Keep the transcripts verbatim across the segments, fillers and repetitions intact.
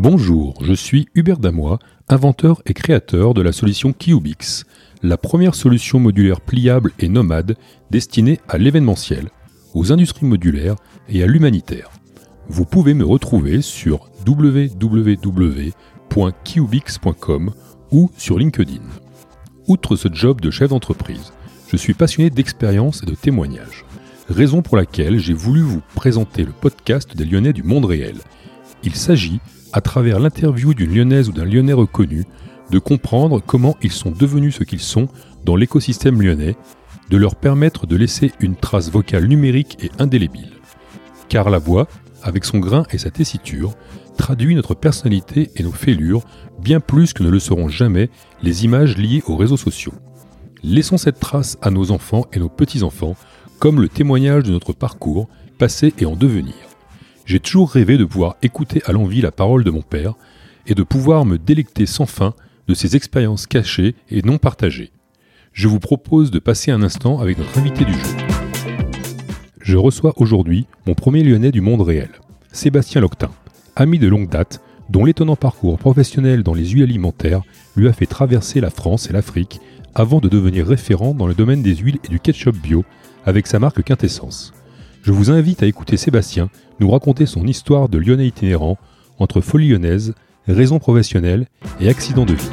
Bonjour, je suis Hubert Damois, inventeur et créateur de la solution Kiubix, la première solution modulaire pliable et nomade destinée à l'événementiel, aux industries modulaires et à l'humanitaire. Vous pouvez me retrouver sur w w w point kiubix point com ou sur LinkedIn. Outre ce job de chef d'entreprise, je suis passionné d'expérience et de témoignages, raison pour laquelle j'ai voulu vous présenter le podcast des Lyonnais du monde réel. Il s'agit, à travers l'interview d'une Lyonnaise ou d'un Lyonnais reconnu, de comprendre comment ils sont devenus ce qu'ils sont dans l'écosystème lyonnais, de leur permettre de laisser une trace vocale numérique et indélébile. Car la voix, avec son grain et sa tessiture, traduit notre personnalité et nos fêlures bien plus que ne le seront jamais les images liées aux réseaux sociaux. Laissons cette trace à nos enfants et nos petits-enfants, comme le témoignage de notre parcours, passé et en devenir. J'ai toujours rêvé de pouvoir écouter à l'envi la parole de mon père et de pouvoir me délecter sans fin de ses expériences cachées et non partagées. Je vous propose de passer un instant avec notre invité du jour. Je reçois aujourd'hui mon premier Lyonnais du monde réel, Sébastien Loctin, ami de longue date, dont l'étonnant parcours professionnel dans les huiles alimentaires lui a fait traverser la France et l'Afrique avant de devenir référent dans le domaine des huiles et du ketchup bio avec sa marque Quintessence. Je vous invite à écouter Sébastien nous raconter son histoire de Lyonnais itinérant entre folie lyonnaise, raison professionnelle et accident de vie.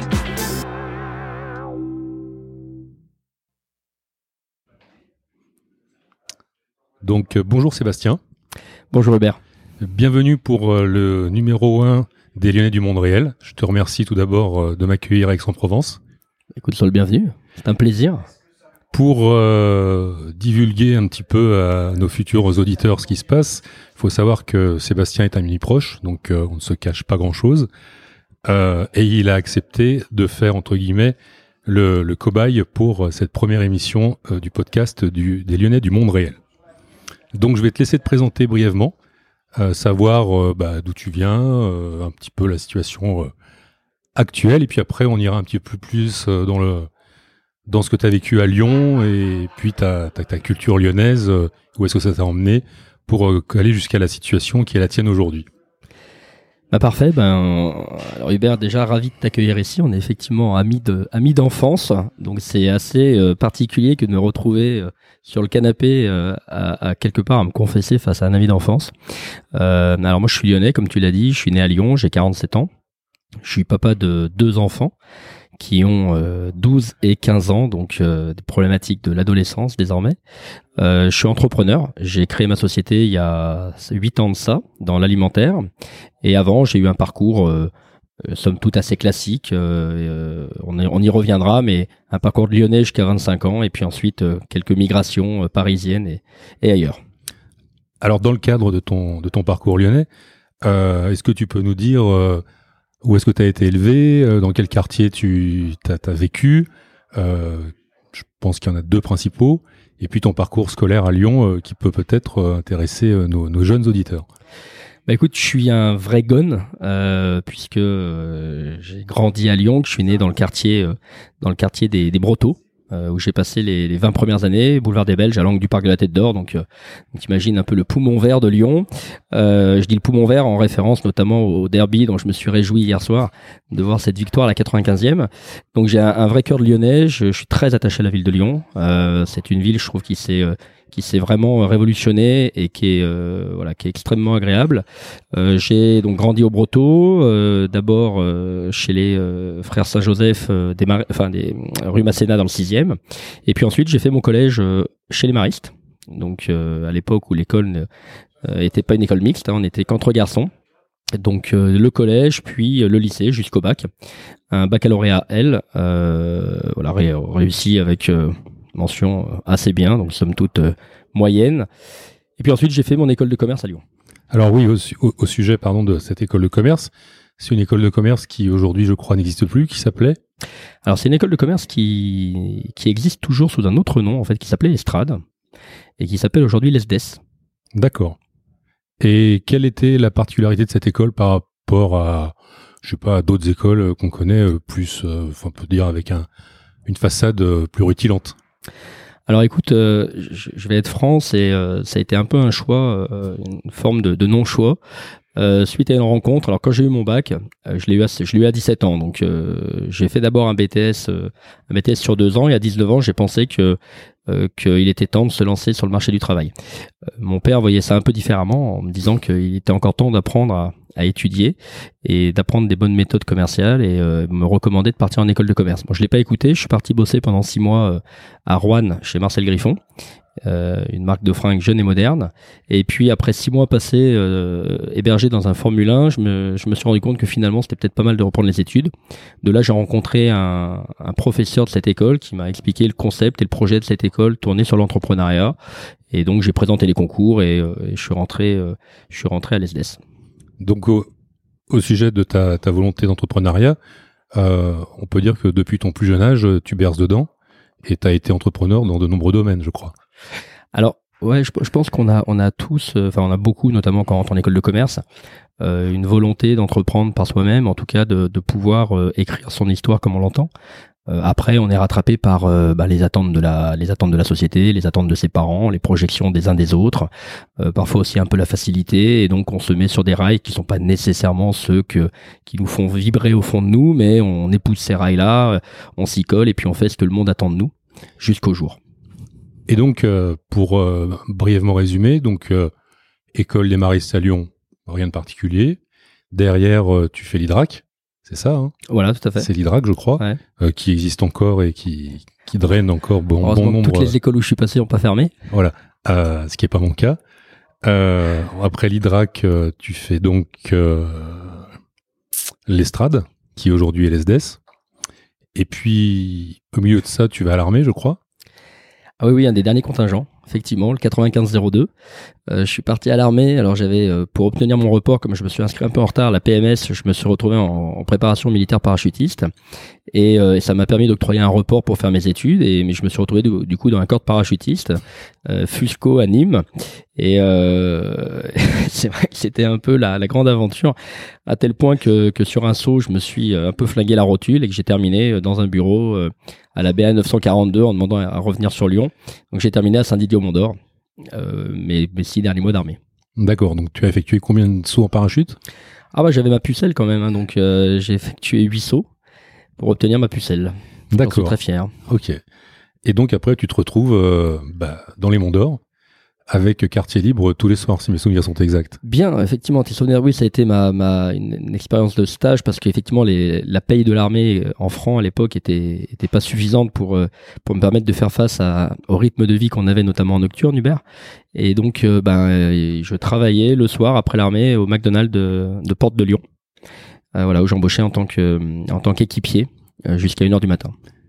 Donc euh, bonjour Sébastien. Bonjour Hubert. Bienvenue pour euh, le numéro un des Lyonnais du monde réel. Je te remercie tout d'abord euh, de m'accueillir à Aix-en-Provence. Écoute, sois le bienvenu, c'est un plaisir. Pour euh, divulguer un petit peu à nos futurs auditeurs ce qui se passe, il faut savoir que Sébastien est un ami proche, donc euh, on ne se cache pas grand-chose. Euh, et il a accepté de faire, entre guillemets, le, le cobaye pour cette première émission euh, du podcast du, des Lyonnais du monde réel. Donc je vais te laisser te présenter brièvement, euh, savoir euh, bah, d'où tu viens, euh, un petit peu la situation euh, actuelle, et puis après on ira un petit peu plus euh, dans le dans ce que tu as vécu à Lyon et puis ta, ta, ta culture lyonnaise, euh, où est-ce que ça t'a emmené pour euh, aller jusqu'à la situation qui est la tienne aujourd'hui. Bah parfait, ben, alors Hubert, déjà ravi de t'accueillir ici, on est effectivement amis, de, amis d'enfance, donc c'est assez euh, particulier que de me retrouver euh, sur le canapé euh, à, à quelque part à me confesser face à un ami d'enfance. Euh, alors moi je suis lyonnais, comme tu l'as dit, je suis né à Lyon, j'ai quarante-sept ans, je suis papa de deux enfants qui ont euh, douze et quinze ans, donc euh, des problématiques de l'adolescence désormais. Euh, je suis entrepreneur, j'ai créé ma société il y a huit ans de ça, dans l'alimentaire, et avant j'ai eu un parcours euh, euh, somme toute assez classique, euh, euh, on, y, on y reviendra, mais un parcours de lyonnais jusqu'à vingt-cinq ans, et puis ensuite euh, quelques migrations euh, parisiennes et, et ailleurs. Alors dans le cadre de ton, de ton parcours lyonnais, euh, est-ce que tu peux nous dire... Euh, où est-ce que tu as été élevé? Dans quel quartier tu as vécu? euh, Je pense qu'il y en a deux principaux. Et puis ton parcours scolaire à Lyon euh, qui peut peut-être euh, intéresser euh, nos, nos jeunes auditeurs. Bah écoute, je suis un vrai gone euh, puisque euh, j'ai grandi à Lyon, que je suis né dans le quartier, euh, dans le quartier des, des Brotteaux. Euh, où j'ai passé les, les vingt premières années, boulevard des Belges, à l'angle du parc de la Tête d'Or, donc, euh, donc imagine un peu le poumon vert de Lyon. Euh, je dis le poumon vert en référence notamment au derby dont je me suis réjoui hier soir de voir cette victoire à la quatre-vingt-quinzième. Donc j'ai un, un vrai cœur de Lyonnais, je, je suis très attaché à la ville de Lyon. Euh, c'est une ville, je trouve, qui s'est euh, qui s'est vraiment révolutionné et qui est euh, voilà qui est extrêmement agréable. Euh, j'ai donc grandi au Brotteaux, euh, d'abord euh, chez les euh, frères Saint-Joseph euh, des Mar- enfin des euh, rue Masséna dans le sixième, et puis ensuite j'ai fait mon collège euh, chez les Maristes. Donc euh, à l'époque où l'école ne euh, était pas une école mixte, hein, on était qu'entre garçons. Donc euh, le collège, puis euh, le lycée jusqu'au bac, un baccalauréat L, euh, voilà ré- réussi avec euh, mention assez bien, donc somme toute euh, moyenne. Et puis ensuite, j'ai fait mon école de commerce à Lyon. Alors oui, au, au, au sujet pardon de cette école de commerce, c'est une école de commerce qui aujourd'hui, je crois, n'existe plus, qui s'appelait... Alors c'est une école de commerce qui qui existe toujours sous un autre nom, en fait, qui s'appelait Estrade, et qui s'appelle aujourd'hui l'E S D E S. D'accord. Et quelle était la particularité de cette école par rapport à, je sais pas, à d'autres écoles qu'on connaît plus, euh, enfin, on peut dire avec un, une façade euh, plus rutilante? Alors écoute, euh, je, je vais être franc, c'est, euh, ça a été un peu un choix, euh, une forme de, de non-choix. euh, suite à une rencontre. Alors quand j'ai eu mon bac, euh, je l'ai eu à, je l'ai eu à dix-sept ans, donc euh, j'ai fait d'abord un B T S, euh, un B T S sur deux ans, et à dix-neuf ans, j'ai pensé que euh, qu'il était temps de se lancer sur le marché du travail. Euh, mon père voyait ça un peu différemment, en me disant qu'il était encore temps d'apprendre à, à étudier et d'apprendre des bonnes méthodes commerciales, et euh, me recommandait de partir en école de commerce. Bon, je l'ai pas écouté, je suis parti bosser pendant six mois euh, à Roanne chez Marcel Griffon. Euh, une marque de fringues jeune et moderne. Et puis après six mois passés euh, hébergé dans un Formule un, je me, je me suis rendu compte que finalement c'était peut-être pas mal de reprendre les études. De là, j'ai rencontré un, un professeur de cette école qui m'a expliqué le concept et le projet de cette école tourné sur l'entrepreneuriat. Et donc j'ai présenté les concours et, euh, et je suis rentré, euh, je suis rentré à l'E S D S. Donc au, au sujet de ta, ta volonté d'entrepreneuriat, euh, on peut dire que depuis ton plus jeune âge, tu berces dedans et tu as été entrepreneur dans de nombreux domaines, je crois. Alors, ouais, je, je pense qu'on a, on a tous, enfin, euh, on a beaucoup, notamment quand on rentre en école de commerce, euh, une volonté d'entreprendre par soi-même, en tout cas de, de pouvoir euh, écrire son histoire comme on l'entend. Euh, après, on est rattrapé par euh, bah, les attentes de la, les attentes de la société, les attentes de ses parents, les projections des uns des autres. Euh, parfois aussi un peu la facilité, et donc on se met sur des rails qui sont pas nécessairement ceux que qui nous font vibrer au fond de nous, mais on épouse ces rails-là, on s'y colle et puis on fait ce que le monde attend de nous jusqu'au jour. Et donc, euh, pour euh, brièvement résumer, donc euh, école des maristes à Lyon, rien de particulier. Derrière, euh, tu fais l'I D R A C, c'est ça hein? Voilà, tout à fait. C'est l'I D R A C, je crois, ouais. euh, qui existe encore et qui, qui draine encore bon, bon nombre. Toutes les écoles où je suis passé n'ont pas fermé. Voilà, euh, ce qui n'est pas mon cas. Euh, après l'I D R A C, euh, tu fais donc euh, l'Estrade, qui aujourd'hui est l'E S D S. Et puis, au milieu de ça, tu vas à l'armée, je crois. Ah oui, oui, un des derniers contingents, effectivement, le quatre-vingt-quinze zéro deux. Euh, je suis parti à l'armée, alors j'avais, euh, pour obtenir mon report, comme je me suis inscrit un peu en retard à la P M S, je me suis retrouvé en, en préparation militaire parachutiste, et, euh, et ça m'a permis d'octroyer un report pour faire mes études, et mais je me suis retrouvé du, du coup dans un corps de parachutiste, euh, Fusco à Nîmes, et euh, c'est vrai que c'était un peu la, la grande aventure, à tel point que, que sur un saut, je me suis un peu flingué la rotule, et que j'ai terminé dans un bureau euh, à la B A neuf cent quarante-deux en demandant à revenir sur Lyon. Donc j'ai terminé à Saint-Didier-au-Mont-d'Or, euh, mes, mes six derniers mois d'armée. D'accord, donc tu as effectué combien de sauts en parachute? Ah bah j'avais ma pucelle quand même, hein, donc euh, j'ai effectué huit sauts pour obtenir ma pucelle. D'accord. J'en suis très fier. Ok. Et donc après tu te retrouves euh, bah, dans les Monts d'Or, avec quartier libre tous les soirs, si mes souvenirs sont exacts. Bien, effectivement, tes souvenirs, oui, ça a été ma, ma une, une expérience de stage, parce qu'effectivement, les, la paye de l'armée en francs à l'époque était, était pas suffisante pour, pour me permettre de faire face à, au rythme de vie qu'on avait, notamment en nocturne, Hubert. Et donc, euh, ben, je travaillais le soir après l'armée au McDonald's de, de Porte de Lyon. Euh, voilà, où j'embauchais en tant que, en tant qu'équipier, euh, jusqu'à une heure du matin.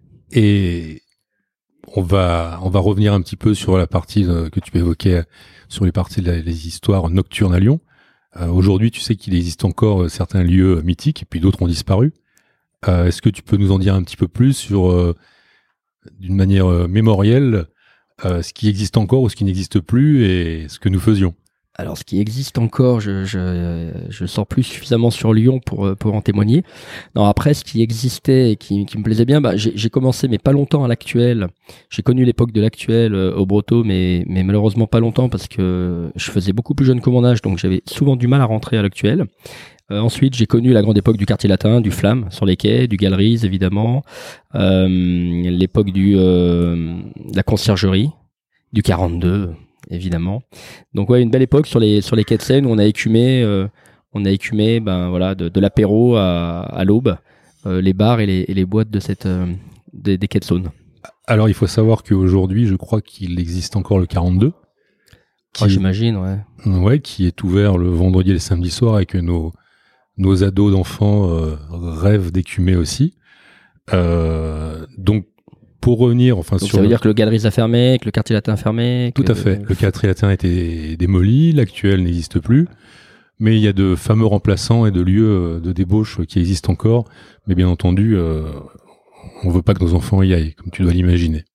Et On va, on va revenir un petit peu sur la partie euh, que tu évoquais, sur les parties de la, les histoires nocturnes à Lyon. Euh, aujourd'hui, tu sais qu'il existe encore euh, certains lieux euh, mythiques, et puis d'autres ont disparu. Euh, est-ce que tu peux nous en dire un petit peu plus sur, euh, d'une manière euh, mémorielle, euh, ce qui existe encore ou ce qui n'existe plus et ce que nous faisions? Alors, ce qui existe encore, je je je sors plus suffisamment sur Lyon pour pour en témoigner. Non, après, ce qui existait et qui qui me plaisait bien, bah j'ai j'ai commencé, mais pas longtemps à l'Actuel. J'ai connu l'époque de l'Actuel euh, au Brotteau, mais mais malheureusement pas longtemps, parce que je faisais beaucoup plus jeune que mon âge, donc j'avais souvent du mal à rentrer à l'Actuel. Euh, ensuite, j'ai connu la grande époque du quartier latin, du Flamme sur les quais, du Galeries évidemment, euh, l'époque du euh, de la conciergerie, du quarante-deux. Évidemment. Donc ouais, une belle époque sur les sur les quais de Seine où on a écumé, euh, on a écumé, ben voilà, de, de l'apéro à, à l'aube, euh, les bars et les, et les boîtes de cette euh, des, des quais de Saône. Alors il faut savoir qu'aujourd'hui, je crois qu'il existe encore le quarante-deux. Qui, oh, j'imagine, ouais. Ouais, qui est ouvert le vendredi et le samedi soir, et que nos nos ados d'enfants euh, rêvent d'écumer aussi. Euh, donc Pour revenir, enfin, Donc sur ça veut le... dire que le Galeries a fermé, que le quartier latin a fermé. Tout que... à fait. Le quartier latin a été démoli, l'actuel n'existe plus, mais il y a de fameux remplaçants et de lieux de débauche qui existent encore. Mais bien entendu, euh, on veut pas que nos enfants y aillent, comme tu dois l'imaginer.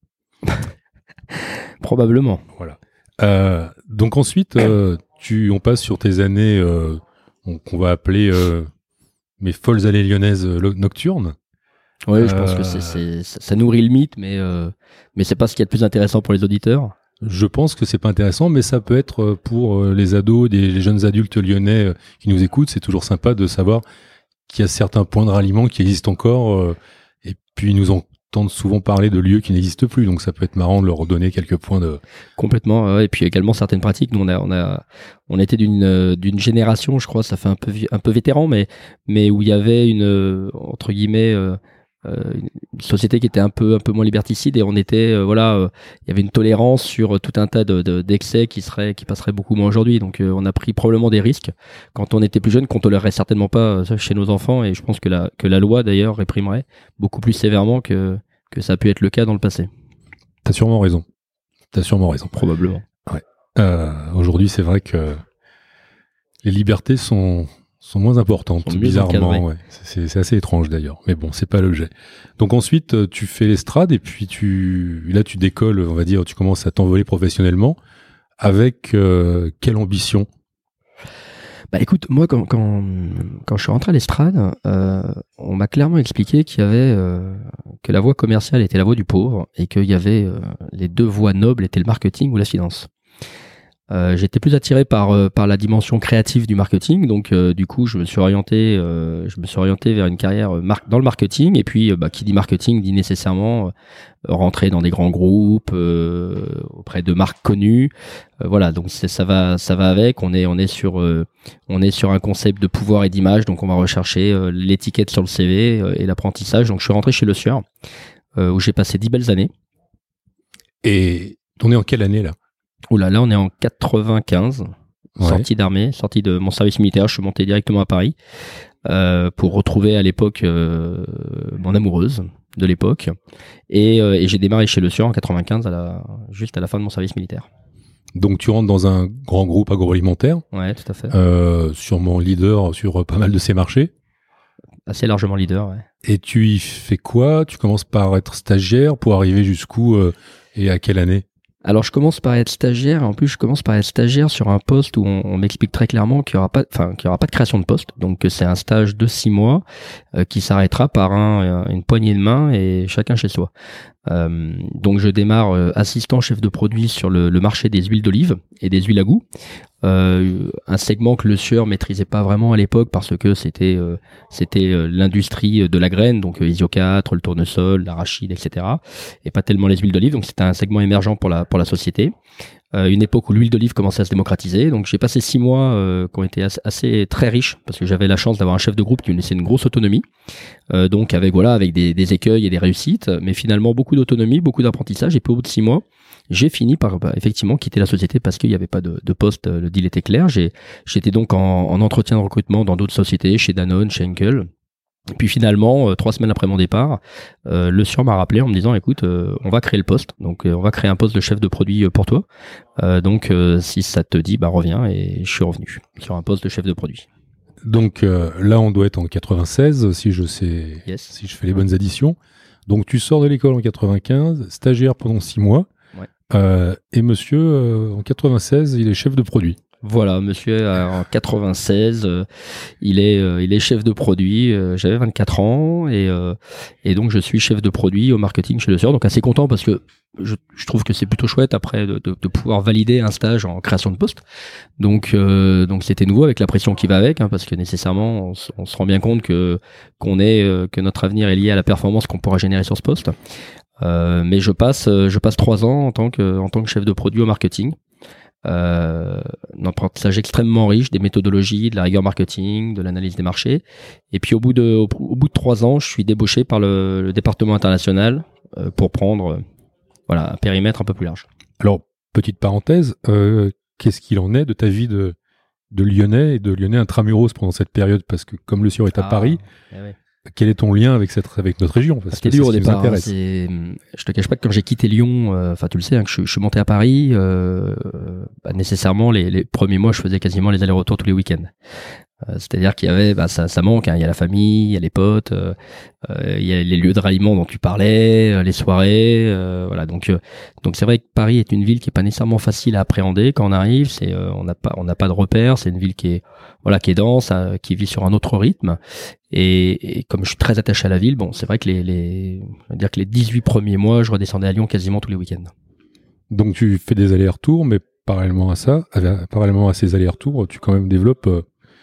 Probablement. Voilà. Euh, donc ensuite, euh, tu, on passe sur tes années euh, qu'on va appeler euh, mes folles allées lyonnaises nocturnes. Oui, je pense euh... que c'est, c'est, ça nourrit le mythe, mais, euh, mais c'est pas ce qui est le plus intéressant pour les auditeurs. Je pense que c'est pas intéressant, mais ça peut être pour les ados, des les jeunes adultes lyonnais qui nous écoutent, c'est toujours sympa de savoir qu'il y a certains points de ralliement qui existent encore, et puis ils nous entendent souvent parler de lieux qui n'existent plus, donc ça peut être marrant de leur donner quelques points de... Complètement, et puis également certaines pratiques. Nous on a, on a, on était d'une d'une génération, je crois, ça fait un peu un peu vétéran, mais mais où il y avait une entre guillemets euh, Euh, une société qui était un peu un peu moins liberticide, et on était euh, voilà euh, il y avait une tolérance sur tout un tas de, de d'excès qui serait qui passerait beaucoup moins aujourd'hui, donc euh, on a pris probablement des risques quand on était plus jeune qu'on tolérerait certainement pas euh, chez nos enfants, et je pense que la que la loi d'ailleurs réprimerait beaucoup plus sévèrement que que ça a pu être le cas dans le passé. T'as sûrement raison t'as sûrement raison Probablement. Ouais. Euh, aujourd'hui c'est vrai que les libertés sont sont moins importantes, sont bizarrement. Ouais. C'est, c'est assez étrange d'ailleurs, mais bon, c'est pas l'objet. Donc ensuite, tu fais l'estrade, et puis tu, là, tu décolles, on va dire, tu commences à t'envoler professionnellement. Avec euh, quelle ambition? Bah écoute, moi quand quand quand je suis rentré à l'estrade, euh, on m'a clairement expliqué qu'il y avait euh, que la voie commerciale était la voie du pauvre, et qu'il y avait euh, les deux voies nobles étaient le marketing ou la finance. Euh, j'étais plus attiré par euh, par la dimension créative du marketing, donc euh, du coup je me suis orienté euh, je me suis orienté vers une carrière euh, mar- dans le marketing, et puis euh, bah, qui dit marketing dit nécessairement euh, rentrer dans des grands groupes euh, auprès de marques connues, euh, voilà, donc c'est, ça va ça va avec, on est on est sur euh, on est sur un concept de pouvoir et d'image, donc on va rechercher euh, l'étiquette sur le C V euh, et l'apprentissage. Donc je suis rentré chez Le Sueur euh, où j'ai passé dix belles années. Et on est en quelle année là? Oh là là, on est en quatre-vingt-quinze, ouais. Sortie d'armée, sortie de mon service militaire, je suis monté directement à Paris euh, pour retrouver à l'époque euh, mon amoureuse de l'époque, et, euh, et j'ai démarré chez Le Sueur en quatre-vingt-quinze, à la, juste à la fin de mon service militaire. Donc tu rentres dans un grand groupe agroalimentaire. Ouais, tout à fait. Euh, sûrement leader sur pas mal de ces marchés. Assez largement leader, ouais. Et tu y fais quoi? Tu commences par être stagiaire pour arriver jusqu'où euh, et à quelle année? Alors je commence par être stagiaire, et en plus je commence par être stagiaire sur un poste où on, on m'explique très clairement qu'il y aura pas, enfin qu'il y aura pas de création de poste, donc c'est un stage de six mois euh, qui s'arrêtera par un, une poignée de main et chacun chez soi. Euh, donc je démarre euh, assistant chef de produit sur le, le marché des huiles d'olive et des huiles à goût, euh, un segment que Le Sueur maîtrisait pas vraiment à l'époque parce que c'était euh, c'était euh, l'industrie de la graine, donc euh, Isioquatre, le tournesol, l'arachide, et cetera, et pas tellement les huiles d'olive, donc c'était un segment émergent pour la pour la société. Euh, une époque où l'huile d'olive commençait à se démocratiser. Donc j'ai passé six mois euh, qui ont été assez, assez très riches, parce que j'avais la chance d'avoir un chef de groupe qui me laissait une grosse autonomie. Euh, donc avec voilà avec des, des écueils et des réussites, mais finalement beaucoup d'autonomie, beaucoup d'apprentissage. Et puis au bout de six mois, j'ai fini par bah, effectivement quitter la société parce qu'il n'y avait pas de, de poste. Le deal était clair. J'ai, j'étais donc en, en entretien de recrutement dans d'autres sociétés, chez Danone, chez Henkel. Et puis finalement, euh, trois semaines après mon départ, euh, Le Sueur m'a rappelé en me disant, écoute, euh, on va créer le poste, donc euh, on va créer un poste de chef de produit euh, pour toi. Euh, donc euh, si ça te dit, bah reviens. Et je suis revenu sur un poste de chef de produit. Donc euh, là, on doit être en quatre-vingt-seize, si je sais, yes. si je fais les bonnes additions. Donc tu sors de l'école en quatre-vingt-quinze, stagiaire pendant six mois, ouais. euh, et monsieur, euh, en quatre-vingt-seize, il est chef de produit. Voilà, monsieur, en quatre-vingt-seize, euh, il est euh, il est chef de produit. Euh, j'avais vingt-quatre ans, et euh, et donc je suis chef de produit au marketing chez Le Sueur. Donc assez content parce que je, je trouve que c'est plutôt chouette après de, de, de pouvoir valider un stage en création de poste. Donc euh, donc c'était nouveau avec la pression qui va avec, hein, parce que nécessairement on, on se rend bien compte que qu'on est euh, que notre avenir est lié à la performance qu'on pourra générer sur ce poste. Euh, mais je passe je passe trois ans en tant que en tant que chef de produit au marketing. Euh, un apprentissage extrêmement riche, des méthodologies, de la rigueur marketing, de l'analyse des marchés. Et puis au bout de au, au bout de trois ans, je suis débauché par le, le département international euh, pour prendre euh, voilà un périmètre un peu plus large. Alors petite parenthèse, euh, qu'est-ce qu'il en est de ta vie de de Lyonnais et de Lyonnais intramuros pendant cette période, parce que comme Le Sueur est à ah, Paris. Eh ouais. Quel est ton lien avec cette avec notre région? Parce C'était dur au départ. Hein, c'est... Je te cache pas que quand j'ai quitté Lyon, enfin euh, tu le sais, hein, que je, je suis monté à Paris, euh, bah, nécessairement les, les premiers mois, je faisais quasiment les allers-retours tous les week-ends. Euh, c'est-à-dire qu'il y avait, bah, ça, ça manque. Hein, il y a la famille, il y a les potes, euh, euh, il y a les lieux de ralliement dont tu parlais, euh, les soirées, euh, voilà. Donc, euh, donc c'est vrai que Paris est une ville qui est pas nécessairement facile à appréhender quand on arrive. C'est, euh, on n'a pas, on n'a pas de repères. C'est une ville qui est, voilà, qui est dense, hein, qui vit sur un autre rythme. Et, et comme je suis très attaché à la ville, bon, c'est vrai que les, les, je veux dire que les dix-huit premiers mois, je redescendais à Lyon quasiment tous les week-ends. Donc tu fais des allers-retours, mais parallèlement à ça, à, parallèlement à ces allers-retours, tu quand même développes euh,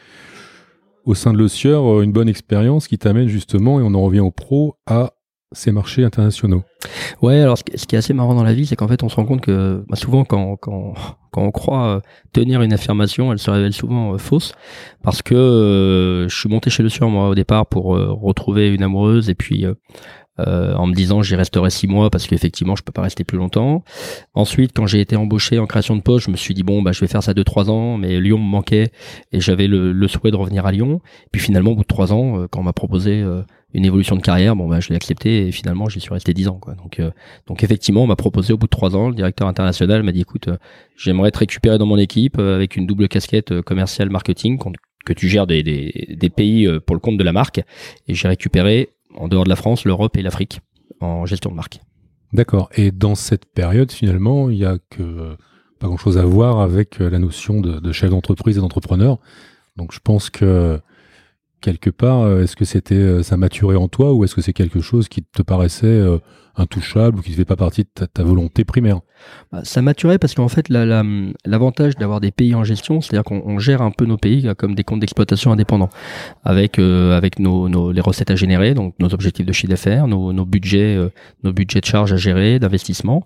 au sein de l'Ossieur euh, une bonne expérience qui t'amène justement, et on en revient au pro, à ces marchés internationaux. Ouais, alors ce qui, ce qui est assez marrant dans la vie, c'est qu'en fait on se rend compte que bah, souvent quand, quand, quand on croit euh, tenir une affirmation, elle se révèle souvent euh, fausse, parce que euh, je suis monté chez l'Ossieur moi au départ pour euh, retrouver une amoureuse, et puis euh, Euh, en me disant j'y resterai six mois parce qu'effectivement je peux pas rester plus longtemps. Ensuite, quand j'ai été embauché en création de poste, je me suis dit bon bah je vais faire ça deux trois ans, mais Lyon me manquait et j'avais le, le souhait de revenir à Lyon. Puis finalement au bout de trois ans, euh, quand on m'a proposé euh, une évolution de carrière, bon bah je l'ai accepté et finalement j'y suis resté dix ans quoi. Donc euh, donc effectivement on m'a proposé au bout de trois ans, le directeur international m'a dit écoute euh, j'aimerais te récupérer dans mon équipe euh, avec une double casquette euh, commercial marketing que tu gères des des, des pays euh, pour le compte de la marque, et j'ai récupéré en dehors de la France, l'Europe et l'Afrique, en gestion de marque. D'accord. Et dans cette période, finalement, il n'y a que pas grand-chose à voir avec la notion de, de chef d'entreprise et d'entrepreneur. Donc, je pense que quelque part, est-ce que c'était ça maturait en toi, ou est-ce que c'est quelque chose qui te paraissait intouchable ou qui ne fait pas partie de ta, ta volonté primaire? Ça maturait parce qu'en fait, la, la, l'avantage d'avoir des pays en gestion, c'est-à-dire qu'on on gère un peu nos pays comme des comptes d'exploitation indépendants, avec euh, avec nos, nos les recettes à générer, donc nos objectifs de chiffre d'affaires, nos, nos budgets, euh, nos budgets de charges à gérer, d'investissement.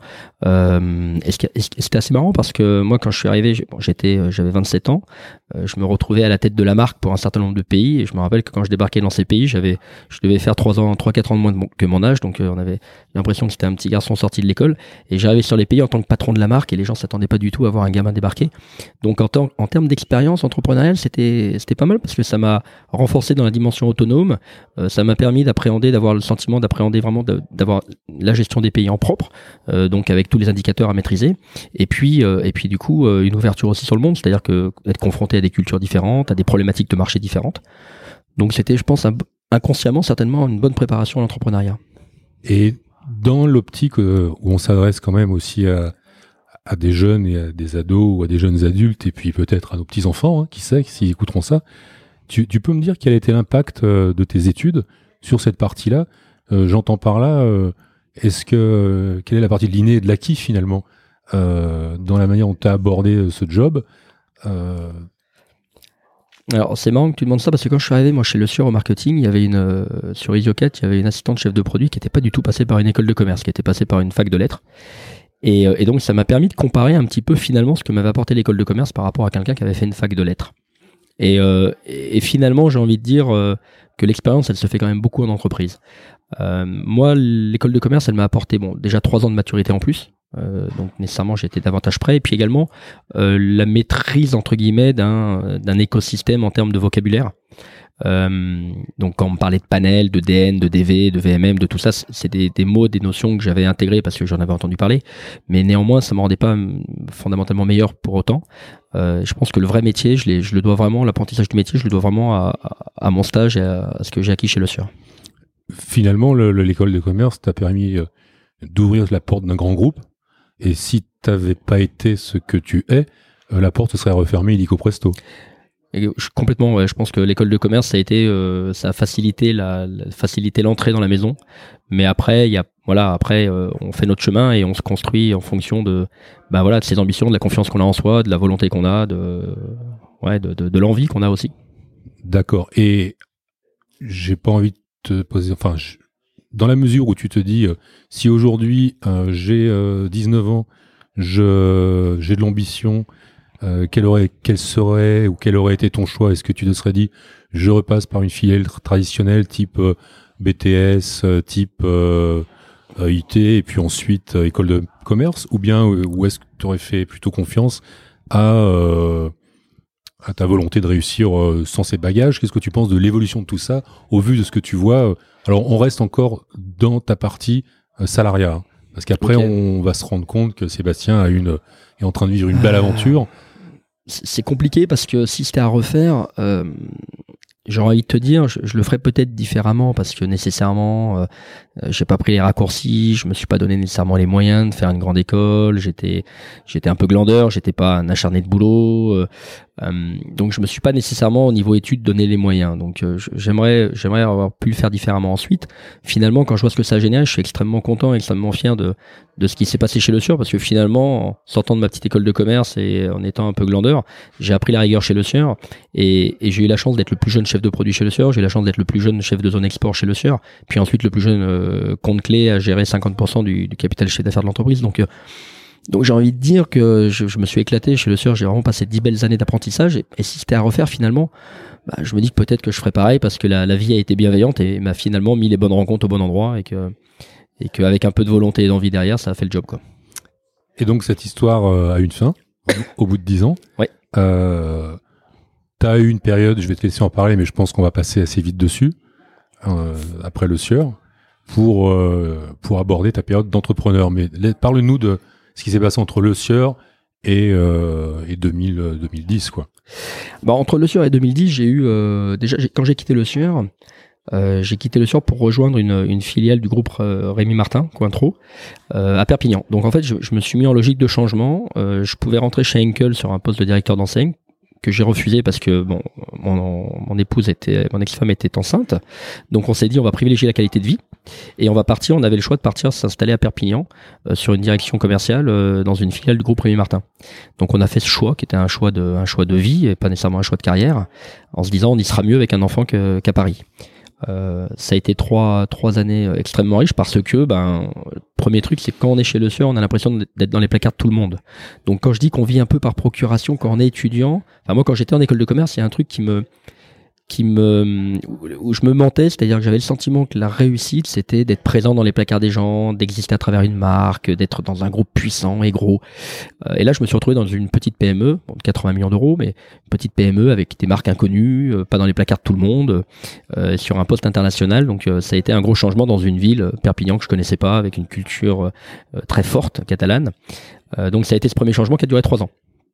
Euh, et, ce qui, et c'était assez marrant parce que moi, quand je suis arrivé, bon, j'étais, j'avais vingt-sept ans, euh, je me retrouvais à la tête de la marque pour un certain nombre de pays, et je me rappelle que quand je débarquais dans ces pays, j'avais, je devais faire trois ans, trois quatre ans de moins de mon, que mon âge, donc euh, on avait l'impression que c'était un petit garçon sorti de l'école, et j'arrivais sur les pays en tant que patron de la marque, et les gens s'attendaient pas du tout à voir un gamin débarquer. Donc en, temps, en termes d'expérience entrepreneuriale, c'était c'était pas mal parce que ça m'a renforcé dans la dimension autonome, euh, ça m'a permis d'appréhender, d'avoir le sentiment d'appréhender vraiment, d'avoir la gestion des pays en propre, euh, donc avec tous les indicateurs à maîtriser, et puis euh, et puis du coup euh, une ouverture aussi sur le monde, c'est-à-dire que être confronté à des cultures différentes, à des problématiques de marché différentes. Donc c'était, je pense, un, inconsciemment certainement une bonne préparation à l'entrepreneuriat. Et dans l'optique euh, où on s'adresse quand même aussi à, à des jeunes et à des ados ou à des jeunes adultes, et puis peut-être à nos petits-enfants, hein, qui sait, s'ils écouteront ça, tu, tu peux me dire quel a été l'impact euh, de tes études sur cette partie-là? euh, J'entends par là, euh, est-ce que euh, quelle est la partie de l'inné et de l'acquis finalement euh, dans la manière dont tu as abordé euh, ce job? euh, Alors c'est marrant que tu demandes ça parce que quand je suis arrivé moi chez l'Ossieur au marketing, il y avait une euh, sur Isiocat, il y avait une assistante chef de produit qui n'était pas du tout passée par une école de commerce, qui était passée par une fac de lettres. Et, euh, et donc ça m'a permis de comparer un petit peu finalement ce que m'avait apporté l'école de commerce par rapport à quelqu'un qui avait fait une fac de lettres. Et, euh, et finalement j'ai envie de dire euh, que l'expérience elle se fait quand même beaucoup en entreprise. Euh, moi l'école de commerce elle m'a apporté bon déjà trois ans de maturité en plus. Euh, donc nécessairement j'étais davantage prêt, et puis également euh, la maîtrise entre guillemets d'un d'un écosystème en termes de vocabulaire. Euh, donc quand on me parlait de panel, de D N, de D V, de V M M, de tout ça, c'est des, des mots, des notions que j'avais intégrées parce que j'en avais entendu parler, mais néanmoins ça me rendait pas fondamentalement meilleur pour autant. Euh, je pense que le vrai métier, je, l'ai, je le dois vraiment, l'apprentissage du métier, je le dois vraiment à, à, à mon stage et à, à ce que j'ai acquis chez l'Ossieur. Finalement, le, le, l'école de commerce t'a permis euh, d'ouvrir la porte d'un grand groupe. Et si t'avais pas été ce que tu es, euh, la porte serait refermée illico presto. Et je, complètement, ouais. Je pense que l'école de commerce, ça a été, euh, ça a facilité la, la facilité l'entrée dans la maison. Mais après, il y a, voilà, après, euh, on fait notre chemin et on se construit en fonction de, bah voilà, de ses ambitions, de la confiance qu'on a en soi, de la volonté qu'on a, de, ouais, de, de, de l'envie qu'on a aussi. D'accord. Et j'ai pas envie de te poser, enfin, je, dans la mesure où tu te dis, euh, si aujourd'hui euh, j'ai euh, dix-neuf ans, je, j'ai de l'ambition, euh, quel aurait, quel serait ou quel aurait été ton choix? Est-ce que tu te serais dit, je repasse par une filière traditionnelle type euh, B T S, euh, type euh, euh, I T, et puis ensuite euh, école de commerce, ou bien euh, ou est-ce que tu aurais fait plutôt confiance à, euh, à ta volonté de réussir euh, sans ces bagages? Qu'est-ce que tu penses de l'évolution de tout ça au vu de ce que tu vois? Alors, on reste encore dans ta partie euh, salariat, hein, parce qu'après, okay. on va se rendre compte que Sébastien a une, est en train de vivre une belle aventure. C'est compliqué parce que si c'était à refaire, euh, j'aurais envie de te dire, je, je le ferais peut-être différemment parce que nécessairement, euh, j'ai pas pris les raccourcis, je me suis pas donné nécessairement les moyens de faire une grande école, j'étais, j'étais un peu glandeur, j'étais pas un acharné de boulot. Euh, Euh, donc je me suis pas nécessairement au niveau études donné les moyens. Donc euh, j'aimerais j'aimerais avoir pu le faire différemment ensuite. Finalement, quand je vois ce que ça a généré, je suis extrêmement content, extrêmement fier de de ce qui s'est passé chez Le Sieur, parce que finalement, en sortant de ma petite école de commerce et en étant un peu glandeur, j'ai appris la rigueur chez Le Sieur et, et j'ai eu la chance d'être le plus jeune chef de produit chez Le Sieur, j'ai eu la chance d'être le plus jeune chef de zone export chez Le Sieur, puis ensuite le plus jeune euh, compte clé à gérer cinquante pour cent du, du capital chiffre d'affaires de l'entreprise. Donc euh, donc j'ai envie de dire que je, je me suis éclaté chez Le Sieur, j'ai vraiment passé dix belles années d'apprentissage et, et si c'était à refaire finalement, bah, je me dis que peut-être que je ferais pareil parce que la, la vie a été bienveillante et m'a finalement mis les bonnes rencontres au bon endroit et que et qu'avec un peu de volonté et d'envie derrière, ça a fait le job, quoi. Et donc cette histoire euh, a une fin au bout de dix ans. Ouais. Euh, t'as eu une période, je vais te laisser en parler, mais je pense qu'on va passer assez vite dessus euh, après Le Sieur pour euh, pour aborder ta période d'entrepreneur. Mais parle-nous de ce qui s'est passé entre Le Sieur et euh, et deux mille, deux mille dix, quoi. Bah entre Le Sieur et deux mille dix, j'ai eu euh, déjà j'ai, quand j'ai quitté Le Sieur. Euh, j'ai quitté Le Sieur pour rejoindre une, une filiale du groupe euh, Rémy Martin, Cointreau, euh, à Perpignan. Donc en fait, je, je me suis mis en logique de changement. Euh, je pouvais rentrer chez Henkel sur un poste de directeur d'enseigne que j'ai refusé parce que bon, mon, mon épouse était, mon ex-femme était enceinte. Donc on s'est dit, on va privilégier la qualité de vie et on va partir. On avait le choix de partir s'installer à Perpignan euh, sur une direction commerciale euh, dans une filiale du groupe Rémy Martin. Donc on a fait ce choix qui était un choix de, un choix de vie et pas nécessairement un choix de carrière, en se disant on y sera mieux avec un enfant que, qu'à Paris. Euh, ça a été trois trois années extrêmement riches parce que ben le premier truc c'est que quand on est chez Le Sieur on a l'impression d'être dans les placards de tout le monde. Donc quand je dis qu'on vit un peu par procuration quand on est étudiant, enfin moi quand j'étais en école de commerce il y a un truc qui me qui me où je me mentais, c'est-à-dire que j'avais le sentiment que la réussite c'était d'être présent dans les placards des gens, d'exister à travers une marque, d'être dans un groupe puissant et gros. Euh, et là je me suis retrouvé dans une petite P M E, bon, de quatre-vingts millions d'euros, mais une petite P M E avec des marques inconnues, euh, pas dans les placards de tout le monde, euh, sur un poste international. Donc euh, ça a été un gros changement dans une ville, euh, Perpignan, que je connaissais pas, avec une culture euh, très forte catalane. Euh, donc ça a été ce premier changement qui a duré trois ans.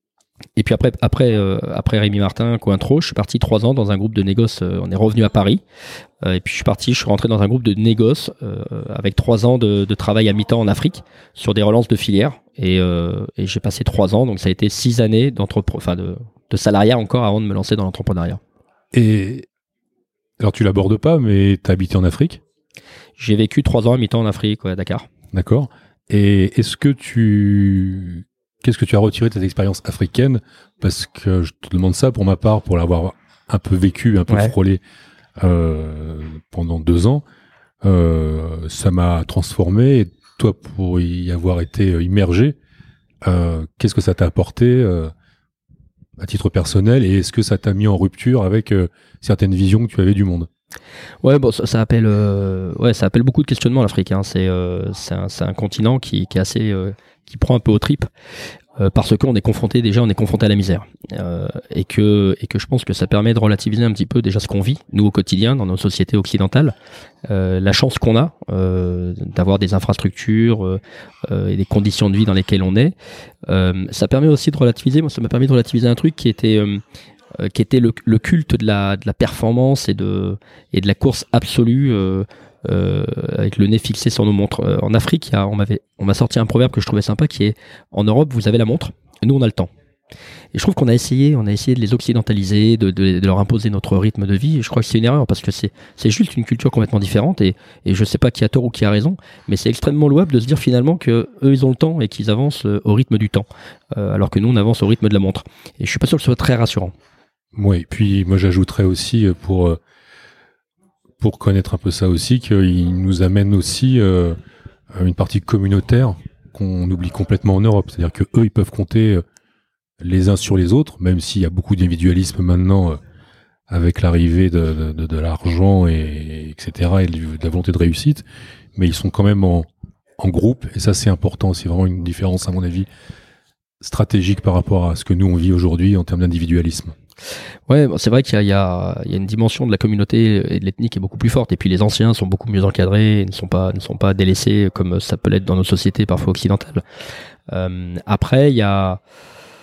Et puis après, après, euh, après Rémy Martin, Cointreau, je suis parti trois ans dans un groupe de négoce. Euh, on est revenu à Paris. Euh, et puis je suis parti, je suis rentré dans un groupe de négoce euh, avec trois ans de, de travail à mi-temps en Afrique sur des relances de filières. Et, euh, et j'ai passé trois ans, donc ça a été six années d'entrepre- enfin de, de salariat encore avant de me lancer dans l'entrepreneuriat. Et alors tu l'abordes pas, mais t'as habité en Afrique. J'ai vécu trois ans à mi-temps en Afrique, ouais, à Dakar. D'accord. Et est-ce que tu Qu'est-ce que tu as retiré de cette expérience africaine? Parce que je te demande ça pour ma part, pour l'avoir un peu vécu, un peu ouais. frôlé euh, pendant deux ans. Euh, ça m'a transformé. Et toi, pour y avoir été immergé, euh, qu'est-ce que ça t'a apporté euh, à titre personnel? Et est-ce que ça t'a mis en rupture avec euh, certaines visions que tu avais du monde? Ouais, bon, ça, ça appelle, euh, ouais, ça appelle beaucoup de questionnements l'Afrique. Hein. C'est, euh, c'est un, c'est un continent qui, qui est assez, euh, qui prend un peu aux tripes euh, parce qu'on est confronté déjà, on est confronté à la misère euh, et que et que je pense que ça permet de relativiser un petit peu déjà ce qu'on vit nous au quotidien dans nos sociétés occidentales, euh, la chance qu'on a euh, d'avoir des infrastructures euh, euh, et des conditions de vie dans lesquelles on est. Euh, ça permet aussi de relativiser. Moi, ça m'a permis de relativiser un truc qui était euh, qui était le, le culte de la, de la performance et de, et de la course absolue euh, euh, avec le nez fixé sur nos montres. Euh, en Afrique, il y a, on, m'avait, on m'a sorti un proverbe que je trouvais sympa qui est « En Europe, vous avez la montre, nous on a le temps ». Et je trouve qu'on a essayé, on a essayé de les occidentaliser, de, de, de leur imposer notre rythme de vie. Et je crois que c'est une erreur parce que c'est, c'est juste une culture complètement différente. Et, et je sais pas qui a tort ou qui a raison, mais c'est extrêmement louable de se dire finalement que eux ils ont le temps et qu'ils avancent au rythme du temps, euh, alors que nous on avance au rythme de la montre. Et je suis pas sûr que ce soit très rassurant. Oui, puis moi j'ajouterais aussi pour pour connaître un peu ça aussi qu'il nous amène aussi euh, une partie communautaire qu'on oublie complètement en Europe. C'est-à-dire que eux ils peuvent compter les uns sur les autres, même s'il y a beaucoup d'individualisme maintenant euh, avec l'arrivée de, de, de l'argent et etc et de la volonté de réussite, mais ils sont quand même en en groupe et ça c'est important. C'est vraiment une différence à mon avis stratégique par rapport à ce que nous on vit aujourd'hui en termes d'individualisme. Ouais, c'est vrai qu'il y a, il y a, il y a une dimension de la communauté et de l'ethnie qui est beaucoup plus forte. Et puis les anciens sont beaucoup mieux encadrés, et ne sont pas, ne sont pas délaissés comme ça peut l'être dans nos sociétés parfois occidentales. Euh, après, il y a,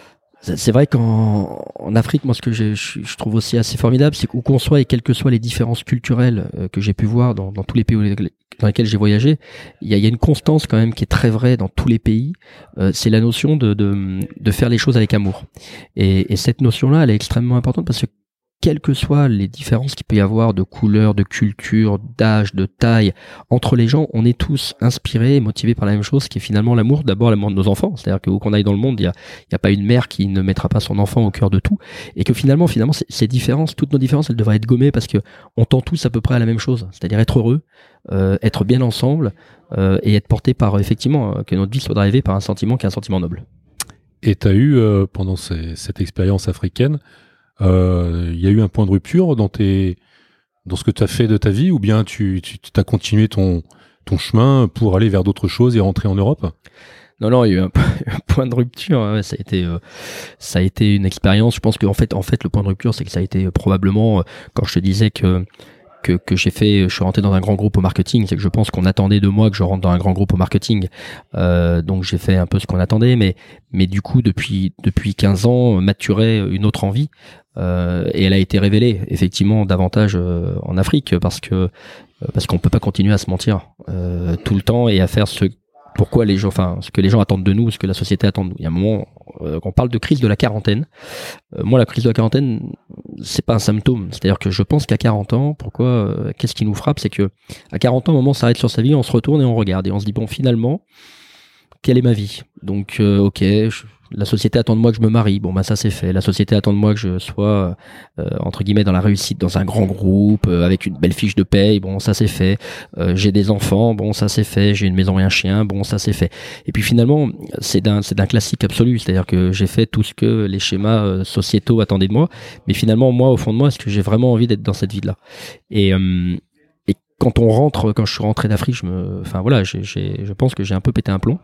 C'est vrai qu'en en Afrique, moi, ce que je, je trouve aussi assez formidable, c'est qu'où qu'on soit et quelles que soient les différences culturelles euh, que j'ai pu voir dans, dans tous les pays dans lesquels j'ai voyagé, il y a, il y a une constance quand même qui est très vraie dans tous les pays. Euh, c'est la notion de, de, de faire les choses avec amour. Et, et cette notion-là, elle est extrêmement importante parce que quelles que soient les différences qu'il peut y avoir de couleur, de culture, d'âge, de taille, entre les gens, on est tous inspirés et motivés par la même chose, qui est finalement l'amour, d'abord l'amour de nos enfants. C'est-à-dire que où qu'on aille dans le monde, il y a, il y a pas une mère qui ne mettra pas son enfant au cœur de tout. Et que finalement, finalement, ces, ces différences, toutes nos différences, elles devraient être gommées parce que on tend tous à peu près à la même chose. C'est-à-dire être heureux, euh, être bien ensemble, euh, et être porté par, effectivement, euh, que notre vie soit drivée par un sentiment qui est un sentiment noble. Et tu as eu, euh, pendant ces, cette expérience africaine, il euh, y a eu un point de rupture dans tes dans ce que tu as fait de ta vie, ou bien tu tu as continué ton ton chemin pour aller vers d'autres choses et rentrer en Europe? Non, non, il y a eu un, un point de rupture. Ouais, ça a été, euh, ça a été une expérience. Je pense qu'en fait, en fait, le point de rupture, c'est que ça a été euh, probablement euh, quand je te disais que que que j'ai fait, je suis rentré dans un grand groupe au marketing, c'est que je pense qu'on attendait de moi que je rentre dans un grand groupe au marketing. Euh, donc j'ai fait un peu ce qu'on attendait, mais mais du coup depuis depuis quinze ans maturait une autre envie. Euh, et elle a été révélée effectivement davantage euh, en Afrique parce que euh, parce qu'on peut pas continuer à se mentir euh, tout le temps et à faire ce pourquoi les gens, enfin ce que les gens attendent de nous, ce que la société attend de nous. Il y a un moment, euh, on parle de crise de la quarantaine. Euh, moi, la crise de la quarantaine, c'est pas un symptôme. C'est-à-dire que je pense qu'à quarante ans, pourquoi, euh, qu'est-ce qui nous frappe, c'est que à quarante ans, au moment où on s'arrête sur sa vie, on se retourne et on regarde et on se dit bon, finalement, quelle est ma vie? Donc, euh, ok. Je, La société attend de moi que je me marie. Bon, bah ça c'est fait. La société attend de moi que je sois euh, entre guillemets dans la réussite, dans un grand groupe, euh, avec une belle fiche de paye. Bon, ça c'est fait. Euh, j'ai des enfants. Bon, ça c'est fait. J'ai une maison et un chien. Bon, ça c'est fait. Et puis finalement, c'est d'un c'est d'un classique absolu. C'est-à-dire que j'ai fait tout ce que les schémas euh, sociétaux attendaient de moi. Mais finalement, moi, au fond de moi, est-ce que j'ai vraiment envie d'être dans cette vie-là? Et euh, et quand on rentre, quand je suis rentré d'Afrique, je me, enfin voilà, j'ai, j'ai, je pense que j'ai un peu pété un plomb.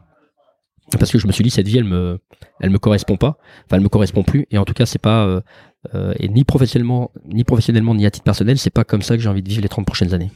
Parce que je me suis dit cette vie elle me elle me correspond pas, enfin elle me correspond plus, et en tout cas c'est pas euh, euh, et ni professionnellement ni professionnellement ni à titre personnel, c'est pas comme ça que j'ai envie de vivre les trente prochaines années.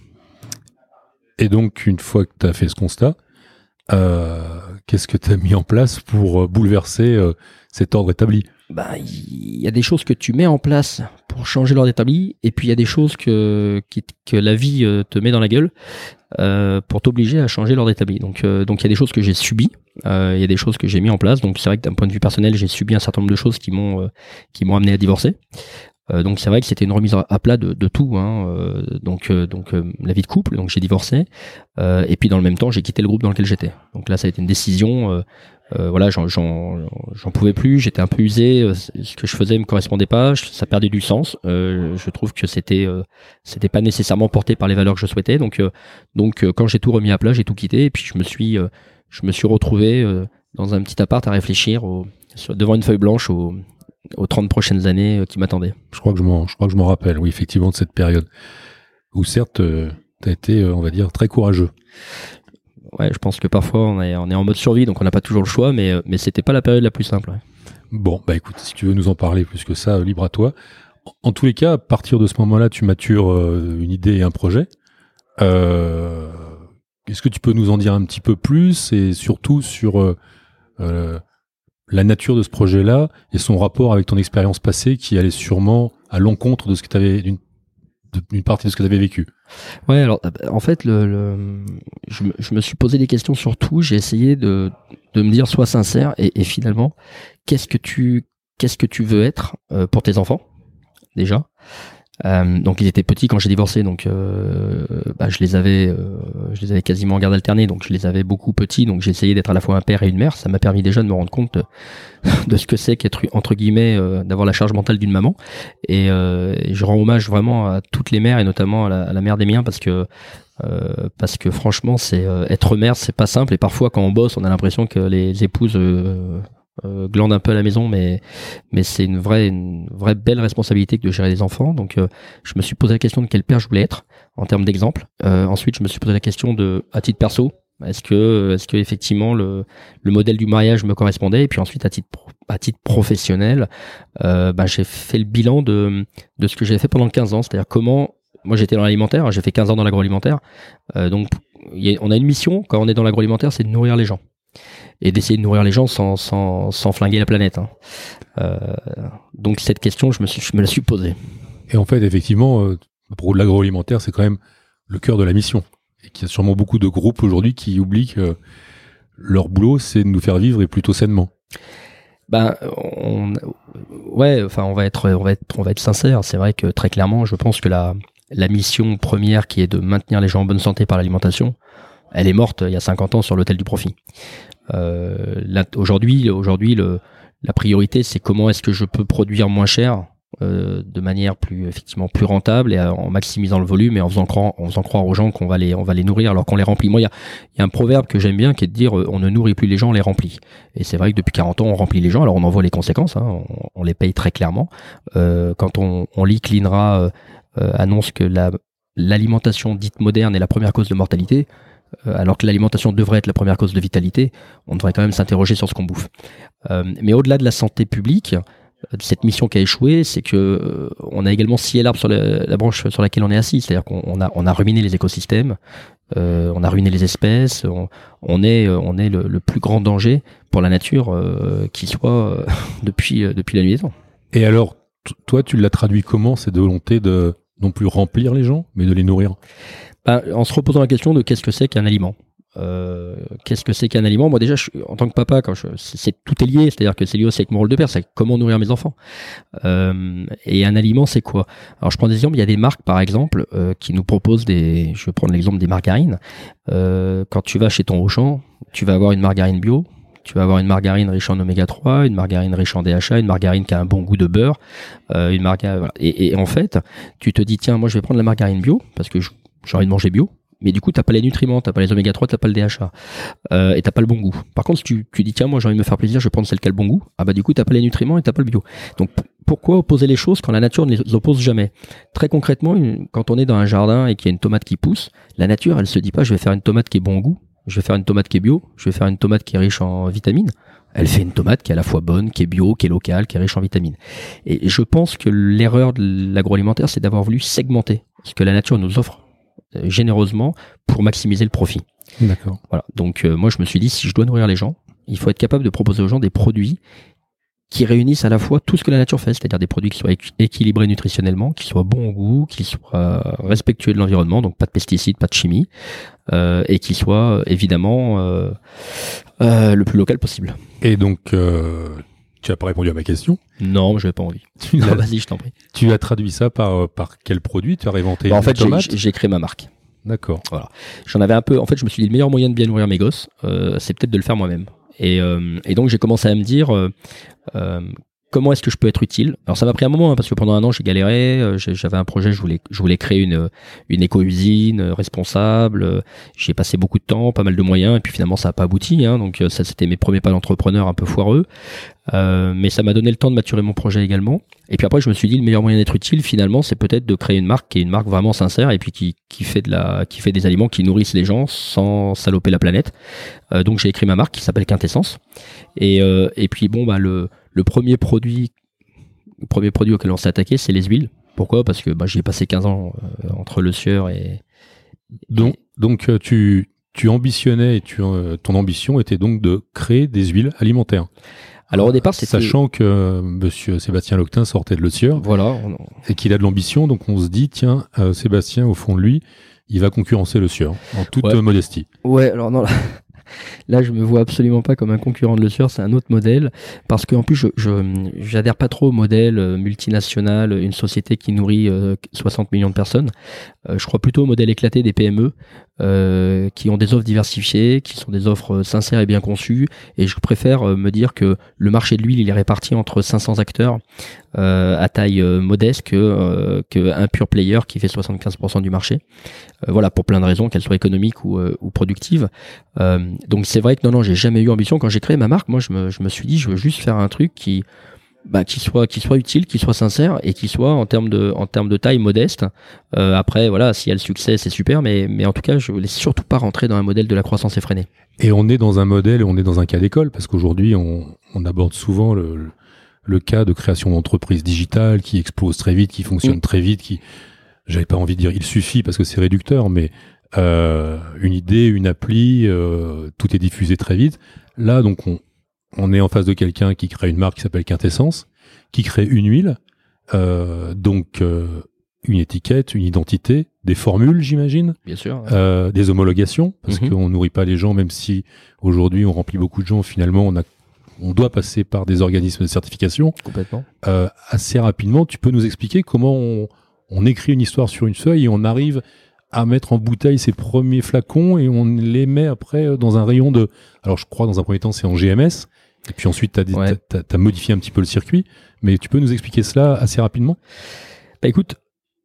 Et donc une fois que tu as fait ce constat, euh, qu'est-ce que tu as mis en place pour bouleverser euh, cet ordre établi? Bah, il y a des choses que tu mets en place pour changer l'ordre établi, et puis il y a des choses que qui, que la vie euh, te met dans la gueule euh, pour t'obliger à changer l'ordre établi. Donc euh, donc il y a des choses que j'ai subies, euh, il y a des choses que j'ai mis en place. Donc c'est vrai que d'un point de vue personnel, j'ai subi un certain nombre de choses qui m'ont euh, qui m'ont amené à divorcer. Euh, donc c'est vrai que c'était une remise à plat de, de tout, hein. Euh, donc euh, donc euh, la vie de couple, donc j'ai divorcé, euh, et puis dans le même temps j'ai quitté le groupe dans lequel j'étais. Donc là ça a été une décision. Euh, Euh, voilà, j'en, j'en, j'en pouvais plus, j'étais un peu usé, euh, ce que je faisais me correspondait pas, ça perdait du sens. Euh, je trouve que c'était, euh, c'était pas nécessairement porté par les valeurs que je souhaitais. Donc, euh, donc, euh, quand j'ai tout remis à plat, j'ai tout quitté, et puis je me suis, euh, je me suis retrouvé euh, dans un petit appart à réfléchir au, devant une feuille blanche aux, aux trente prochaines années euh, qui m'attendaient. Je crois que je m'en, je crois que je m'en rappelle, oui, effectivement, de cette période où certes, euh, t'as été, euh, on va dire, très courageux. Ouais, je pense que parfois on est, on est en mode survie, donc on n'a pas toujours le choix, mais, mais c'était pas la période la plus simple. Ouais. Bon, bah écoute, si tu veux nous en parler plus que ça, libre à toi. En, en tous les cas, à partir de ce moment-là, tu matures euh, une idée et un projet. Euh, est-ce que tu peux nous en dire un petit peu plus, et surtout sur euh, euh, la nature de ce projet-là et son rapport avec ton expérience passée qui allait sûrement à l'encontre de ce que tu avais, d'une, d'une partie de ce que tu avais vécu? Ouais, alors en fait, le, le, je, me, je me suis posé des questions sur tout. J'ai essayé de, de me dire sois sincère, et, et finalement, qu'est-ce que tu, qu'est-ce que tu veux être euh, pour tes enfants déjà. Euh, donc ils étaient petits quand j'ai divorcé, donc euh, bah, je les avais, euh, je les avais quasiment en garde alternée, donc je les avais beaucoup petits. Donc j'ai essayé d'être à la fois un père et une mère. Ça m'a permis déjà de me rendre compte de, de ce que c'est qu'être entre guillemets, euh, d'avoir la charge mentale d'une maman. Et, euh, et je rends hommage vraiment à toutes les mères, et notamment à la, à la mère des miens, parce que euh, parce que franchement, c'est euh, être mère, c'est pas simple. Et parfois, quand on bosse, on a l'impression que les épouses euh, Euh, glande un peu à la maison, mais mais c'est une vraie une vraie belle responsabilité que de gérer des enfants. Donc euh, je me suis posé la question de quel père je voulais être en termes d'exemple. Euh, ensuite je me suis posé la question de, à titre perso, est-ce que est-ce que effectivement le le modèle du mariage me correspondait. Et puis ensuite à titre à titre professionnel, euh, bah j'ai fait le bilan de de ce que j'ai fait pendant quinze ans, c'est-à-dire comment moi j'étais dans l'alimentaire, j'ai fait quinze ans dans l'agroalimentaire, euh, donc y a, on a une mission quand on est dans l'agroalimentaire, c'est de nourrir les gens. et d'essayer de nourrir les gens sans, sans, sans flinguer la planète. Hein. Euh, donc cette question, je me, suis, je me la suis posée. Et en fait, effectivement, euh, à propos de l'agroalimentaire, c'est quand même le cœur de la mission. Et qu'il y a sûrement beaucoup de groupes aujourd'hui qui oublient que leur boulot, c'est de nous faire vivre et plutôt sainement. Ben, on, ouais, enfin, on va être, on va être, on va être sincère. C'est vrai que très clairement, je pense que la, la mission première, qui est de maintenir les gens en bonne santé par l'alimentation, elle est morte il y a cinquante ans sur l'autel du profit. Euh, là, aujourd'hui, aujourd'hui, le, la priorité, c'est comment est-ce que je peux produire moins cher, euh, de manière plus, effectivement, plus rentable et en maximisant le volume et en faisant croire, en faisant croire aux gens qu'on va les, on va les nourrir alors qu'on les remplit. Moi, il y a, il y a un proverbe que j'aime bien qui est de dire, euh, on ne nourrit plus les gens, on les remplit. Et c'est vrai que depuis quarante ans, on remplit les gens. Alors on en voit les conséquences, hein, on, on les paye très clairement. Euh, quand on, on lit que l'I N R A euh, euh, annonce que la, l'alimentation dite moderne est la première cause de mortalité, euh, alors que l'alimentation devrait être la première cause de vitalité, on devrait quand même s'interroger sur ce qu'on bouffe. Euh, mais au-delà de la santé publique, cette mission qui a échoué, c'est que euh, on a également scié l'arbre sur la, la branche sur laquelle on est assis, c'est-à-dire qu'on on a, on a ruiné les écosystèmes, euh, on a ruiné les espèces, on, on est, on est le, le plus grand danger pour la nature euh, qui soit euh, depuis, euh, depuis la nuit des temps. Et alors, t- toi, tu l'as traduit comment, cette volonté de non plus remplir les gens, mais de les nourrir? Ben, en se reposant la question de qu'est-ce que c'est qu'un aliment. Euh, qu'est-ce que c'est qu'un aliment? Moi déjà, je, en tant que papa, quand je, c'est, c'est tout est lié, c'est-à-dire que c'est lié aussi avec mon rôle de père, c'est comment nourrir mes enfants. Euh, et un aliment, c'est quoi? Alors je prends des exemples. Il y a des marques, par exemple, euh, qui nous proposent des. Je vais prendre l'exemple des margarines. Euh, quand tu vas chez ton Auchan, tu vas avoir une margarine bio. Tu vas avoir une margarine riche en oméga trois, une margarine riche en D H A, une margarine qui a un bon goût de beurre, euh, une margarine. Voilà. Et, et en fait, tu te dis tiens, moi je vais prendre la margarine bio parce que je, j'ai envie de manger bio. Mais du coup, t'as pas les nutriments, t'as pas les oméga trois, t'as pas le D H A, euh, et t'as pas le bon goût. Par contre, si tu, tu dis tiens, moi j'ai envie de me faire plaisir, je vais prendre celle qui a le bon goût. Ah bah du coup, t'as pas les nutriments et t'as pas le bio. Donc p- pourquoi opposer les choses quand la nature ne les oppose jamais? Très concrètement, une, quand on est dans un jardin et qu'il y a une tomate qui pousse, la nature, elle se dit pas je vais faire une tomate qui est bon goût, je vais faire une tomate qui est bio, je vais faire une tomate qui est riche en vitamines. Elle fait une tomate qui est à la fois bonne, qui est bio, qui est locale, qui est riche en vitamines. Et je pense que l'erreur de l'agroalimentaire, c'est d'avoir voulu segmenter ce que la nature nous offre généreusement pour maximiser le profit. D'accord. Voilà. Donc euh, moi je me suis dit si je dois nourrir les gens, il faut être capable de proposer aux gens des produits qui réunissent à la fois tout ce que la nature fait, c'est-à-dire des produits qui soient équ- équilibrés nutritionnellement, qui soient bons au goût, qui soient respectueux de l'environnement, donc pas de pesticides, pas de chimie, euh, et qui soient évidemment euh, euh, le plus local possible. Et donc, euh, tu n'as pas répondu à ma question. Non, je n'ai pas envie. Tu, Non, l'as- vas-y, je t'en prie. tu as traduit ça par, par quel produit? Tu as réinventé Bah, en une fait, j'ai, tomate? j'ai créé ma marque. D'accord. Voilà. J'en avais un peu. En fait, je me suis dit le meilleur moyen de bien nourrir mes gosses, euh, c'est peut-être de le faire moi-même. Et, euh, et donc j'ai commencé à me dire euh, euh, comment est-ce que je peux être utile. Alors ça m'a pris un moment hein, parce que pendant un an j'ai galéré. Euh, j'ai- j'avais un projet, je voulais, je voulais créer une une éco-usine euh, responsable. Euh, J'y ai passé beaucoup de temps, pas mal de moyens, et puis finalement ça n'a pas abouti. Hein, donc euh, ça c'était mes premiers pas d'entrepreneur un peu foireux. Euh, mais ça m'a donné le temps de maturer mon projet également. Et puis après, je me suis dit, le meilleur moyen d'être utile, finalement, c'est peut-être de créer une marque qui est une marque vraiment sincère et puis qui, qui fait de la, qui fait des aliments qui nourrissent les gens sans saloper la planète. Euh, donc j'ai écrit ma marque qui s'appelle Quintessence. Et, euh, et puis bon, bah le, le premier produit, le premier produit auquel on s'est attaqué, c'est les huiles. Pourquoi? Parce que bah, j'y ai passé quinze ans euh, entre le sieur et. Donc, donc euh, tu, tu ambitionnais et tu, euh, ton ambition était donc de créer des huiles alimentaires. Alors au départ, c'était. Sachant que euh, monsieur Sébastien Loctin sortait de Le Sieur Voilà. On... et qu'il a de l'ambition, donc on se dit, tiens, euh, Sébastien, au fond de lui, il va concurrencer Le Sieur, en toute Ouais. euh, modestie. Ouais, alors non, là, là, je me vois absolument pas comme un concurrent de Le Sieur, c'est un autre modèle, parce qu'en plus, je, je j'adhère pas trop au modèle euh, multinational, une société qui nourrit euh, soixante millions de personnes. Euh, je crois plutôt au modèle éclaté des P M E, euh, qui ont des offres diversifiées, qui sont des offres sincères et bien conçues, et je préfère euh, me dire que le marché de l'huile, il est réparti entre cinq cents acteurs euh, à taille euh, modeste que, euh, que un pure player qui fait soixante-quinze pour cent du marché. Euh, voilà, pour plein de raisons, qu'elles soient économiques ou, euh, ou productives. Euh, donc c'est vrai que non, non, j'ai jamais eu ambition. Quand j'ai créé ma marque, moi, je me, je me suis dit, je veux juste faire un truc qui, bah, qui soit, qui soit utile, qui soit sincère et qui soit en termes de, en termes de taille modeste. Euh, après, voilà, s'il y a le succès, c'est super, mais, mais en tout cas, je voulais surtout pas rentrer dans un modèle de la croissance effrénée. Et on est dans un modèle, et on est dans un cas d'école, parce qu'aujourd'hui, on, on aborde souvent le, le, le cas de création d'entreprises digitales qui explosent très vite, qui fonctionnent Mmh. très vite, qui, j'avais pas envie de dire il suffit parce que c'est réducteur, mais euh, une idée, une appli, euh, tout est diffusé très vite, Là, donc, on, on est en face de quelqu'un qui crée une marque qui s'appelle Quintessence, qui crée une huile, euh, donc euh, une étiquette, une identité, des formules, j'imagine. Bien sûr. Ouais. Euh, des homologations, parce Mhm. qu'on nourrit pas les gens, même si aujourd'hui on remplit beaucoup de gens, finalement on a on doit passer par des organismes de certification. Complètement. Euh, assez rapidement, tu peux nous expliquer comment on, on écrit une histoire sur une feuille et on arrive à mettre en bouteille ses premiers flacons et on les met après dans un rayon de... Alors je crois dans un premier temps c'est en G M S, et puis ensuite tu as, Ouais. modifié un petit peu le circuit, mais tu peux nous expliquer cela assez rapidement? Bah écoute,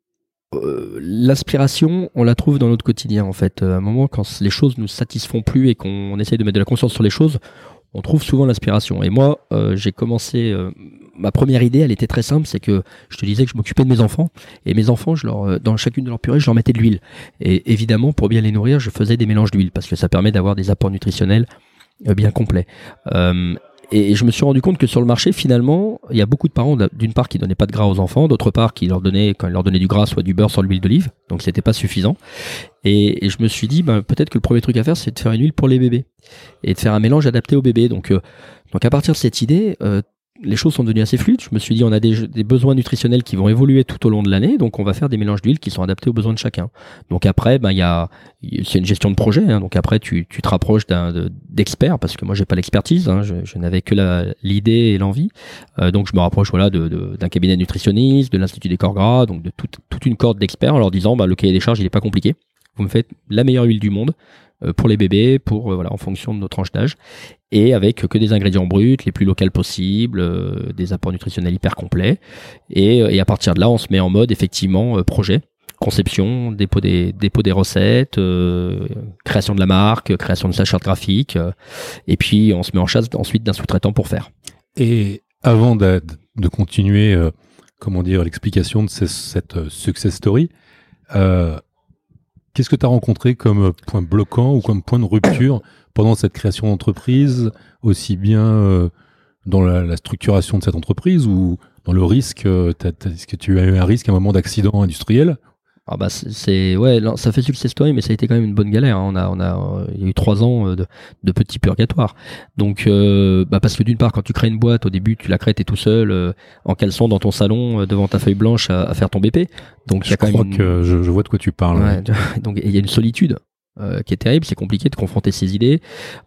euh, l'inspiration, on la trouve dans notre quotidien en fait. À un moment, quand les choses nous satisfont plus et qu'on essaye de mettre de la conscience sur les choses, on trouve souvent l'inspiration. Et moi, euh, j'ai commencé... Euh, ma première idée, elle était très simple, c'est que je te disais que je m'occupais de mes enfants. Et mes enfants, je leur, dans chacune de leurs purées, je leur mettais de l'huile. Et évidemment, pour bien les nourrir, je faisais des mélanges d'huile, parce que ça permet d'avoir des apports nutritionnels euh, bien complets. Euh, et je me suis rendu compte que sur le marché, finalement, il y a beaucoup de parents, d'une part, qui donnaient pas de gras aux enfants, d'autre part, qui leur donnaient, quand ils leur donnaient du gras, soit du beurre, soit de l'huile d'olive. Donc, c'était pas suffisant. Et, et je me suis dit, ben, peut-être que le premier truc à faire, c'est de faire une huile pour les bébés. Et de faire un mélange adapté aux bébés. Donc, euh, donc à partir de cette idée, euh, les choses sont devenues assez fluides. Je me suis dit, on a des, des besoins nutritionnels qui vont évoluer tout au long de l'année, donc on va faire des mélanges d'huile qui sont adaptés aux besoins de chacun. Donc après, ben il y a, c'est une gestion de projet. Hein, donc après, tu, tu te rapproches d'un de, d'experts, parce que moi j'ai pas l'expertise. Hein, je, je n'avais que la, l'idée et l'envie. Euh, donc je me rapproche voilà de, de, d'un cabinet nutritionniste, de l'Institut des corps gras, donc de toute, toute une corde d'experts, en leur disant, ben le cahier des charges il est pas compliqué. Vous me faites la meilleure huile du monde euh, pour les bébés, pour euh, voilà en fonction de nos tranches d'âge. Et avec que des ingrédients bruts, les plus locaux possibles, euh, des apports nutritionnels hyper complets. Et, et à partir de là, on se met en mode effectivement euh, projet, conception, dépôt des, dépôt des recettes, euh, création de la marque, création de sa charte graphique. Euh, et puis on se met en chasse ensuite d'un sous-traitant pour faire. Et avant de, de continuer, euh, comment dire, l'explication de ces, cette success story, euh, qu'est-ce que tu as rencontré comme point bloquant ou comme point de rupture pendant cette création d'entreprise, aussi bien euh, dans la, la structuration de cette entreprise ou dans le risque? euh, t'as, t'as, Est-ce que tu as eu un risque à un moment d'accident industriel? Ah bah c'est, c'est ouais, non, ça fait success story, mais ça a été quand même une bonne galère. Hein. On a, on a, il y a eu trois ans de, de petits purgatoires. Donc, euh, bah parce que d'une part, quand tu crées une boîte, au début, tu la crées, t'es tout seul euh, en caleçon dans ton salon, euh, devant ta feuille blanche à, à faire ton B P. Donc, il y a Je quand crois même une... que je, je vois de quoi tu parles. Ouais, donc il y a une solitude. Euh, qui est terrible, c'est compliqué de confronter ses idées.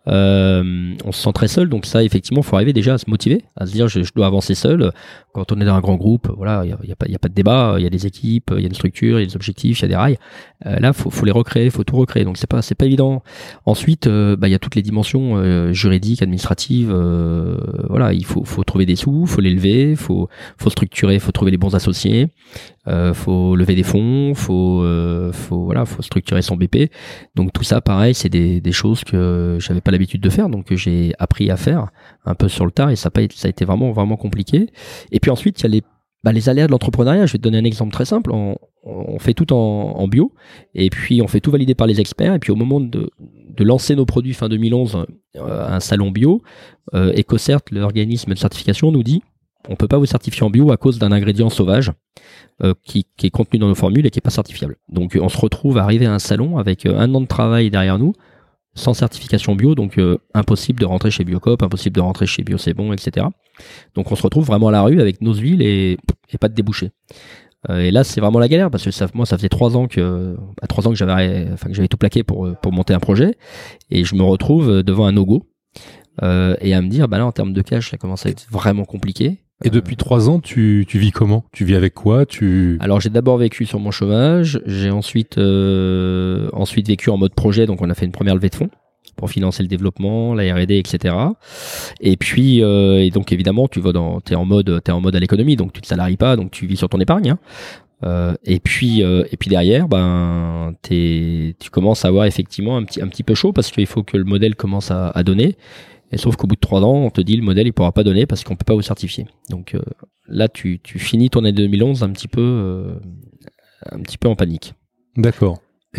Euh, on se sent très seul, donc ça, effectivement, il faut arriver déjà à se motiver, à se dire je, je dois avancer seul. Quand on est dans un grand groupe, voilà, il y a, y a pas, il y a pas de débat, il y a des équipes, il y a une structure, il y a des objectifs, il y a des rails. Euh, là, faut, faut les recréer, faut tout recréer, donc c'est pas, c'est pas évident. Ensuite, euh, bah, il y a toutes les dimensions euh, juridiques, administratives. Euh, voilà, il faut, faut trouver des sous, faut les lever, faut, faut structurer, faut trouver les bons associés. Euh, faut lever des fonds, faut, euh, faut voilà, faut structurer son B P. Donc tout ça, pareil, c'est des, des choses que j'avais pas l'habitude de faire, donc que j'ai appris à faire un peu sur le tard, et ça a, pas, ça a été vraiment vraiment compliqué. Et puis ensuite, il y a les bah, les aléas de l'entrepreneuriat. Je vais te donner un exemple très simple. On, on fait tout en, en bio, et puis on fait tout valider par les experts. Et puis au moment de, de lancer nos produits fin deux mille onze euh, à un salon bio, euh, EcoCert, l'organisme de certification, nous dit on peut pas vous certifier en bio à cause d'un ingrédient sauvage euh, qui, qui est contenu dans nos formules et qui est pas certifiable. Donc on se retrouve à arriver à un salon avec euh, un an de travail derrière nous, sans certification bio, donc euh, impossible de rentrer chez Biocop, impossible de rentrer chez Bio C'est Bon, et cetera. Donc on se retrouve vraiment à la rue avec nos huiles et, et pas de débouchés. Euh, et là c'est vraiment la galère, parce que ça, moi ça faisait trois ans que, à trois ans que j'avais, enfin que j'avais tout plaqué pour pour monter un projet, et je me retrouve devant un no-go euh, et à me dire bah là en termes de cash ça commence à être vraiment compliqué. Et depuis trois ans, tu, tu vis comment? Tu vis avec quoi? Tu... Alors j'ai d'abord vécu sur mon chômage, j'ai ensuite euh, ensuite vécu en mode projet, donc on a fait une première levée de fonds pour financer le développement, la R et D, et cetera. Et puis euh, et donc évidemment tu vas dans, t'es en mode t'es en mode à l'économie, donc tu te salaries pas, donc tu vis sur ton épargne. Hein. Euh, et puis euh, et puis derrière, ben t'es, tu commences à avoir effectivement un petit un petit peu chaud, parce qu'il faut que le modèle commence à, à donner. Et sauf qu'au bout de trois ans, on te dit le modèle il pourra pas donner parce qu'on peut pas vous certifier. Donc euh, là, tu, tu finis ton année deux mille onze un petit peu, euh, un petit peu en panique. D'accord.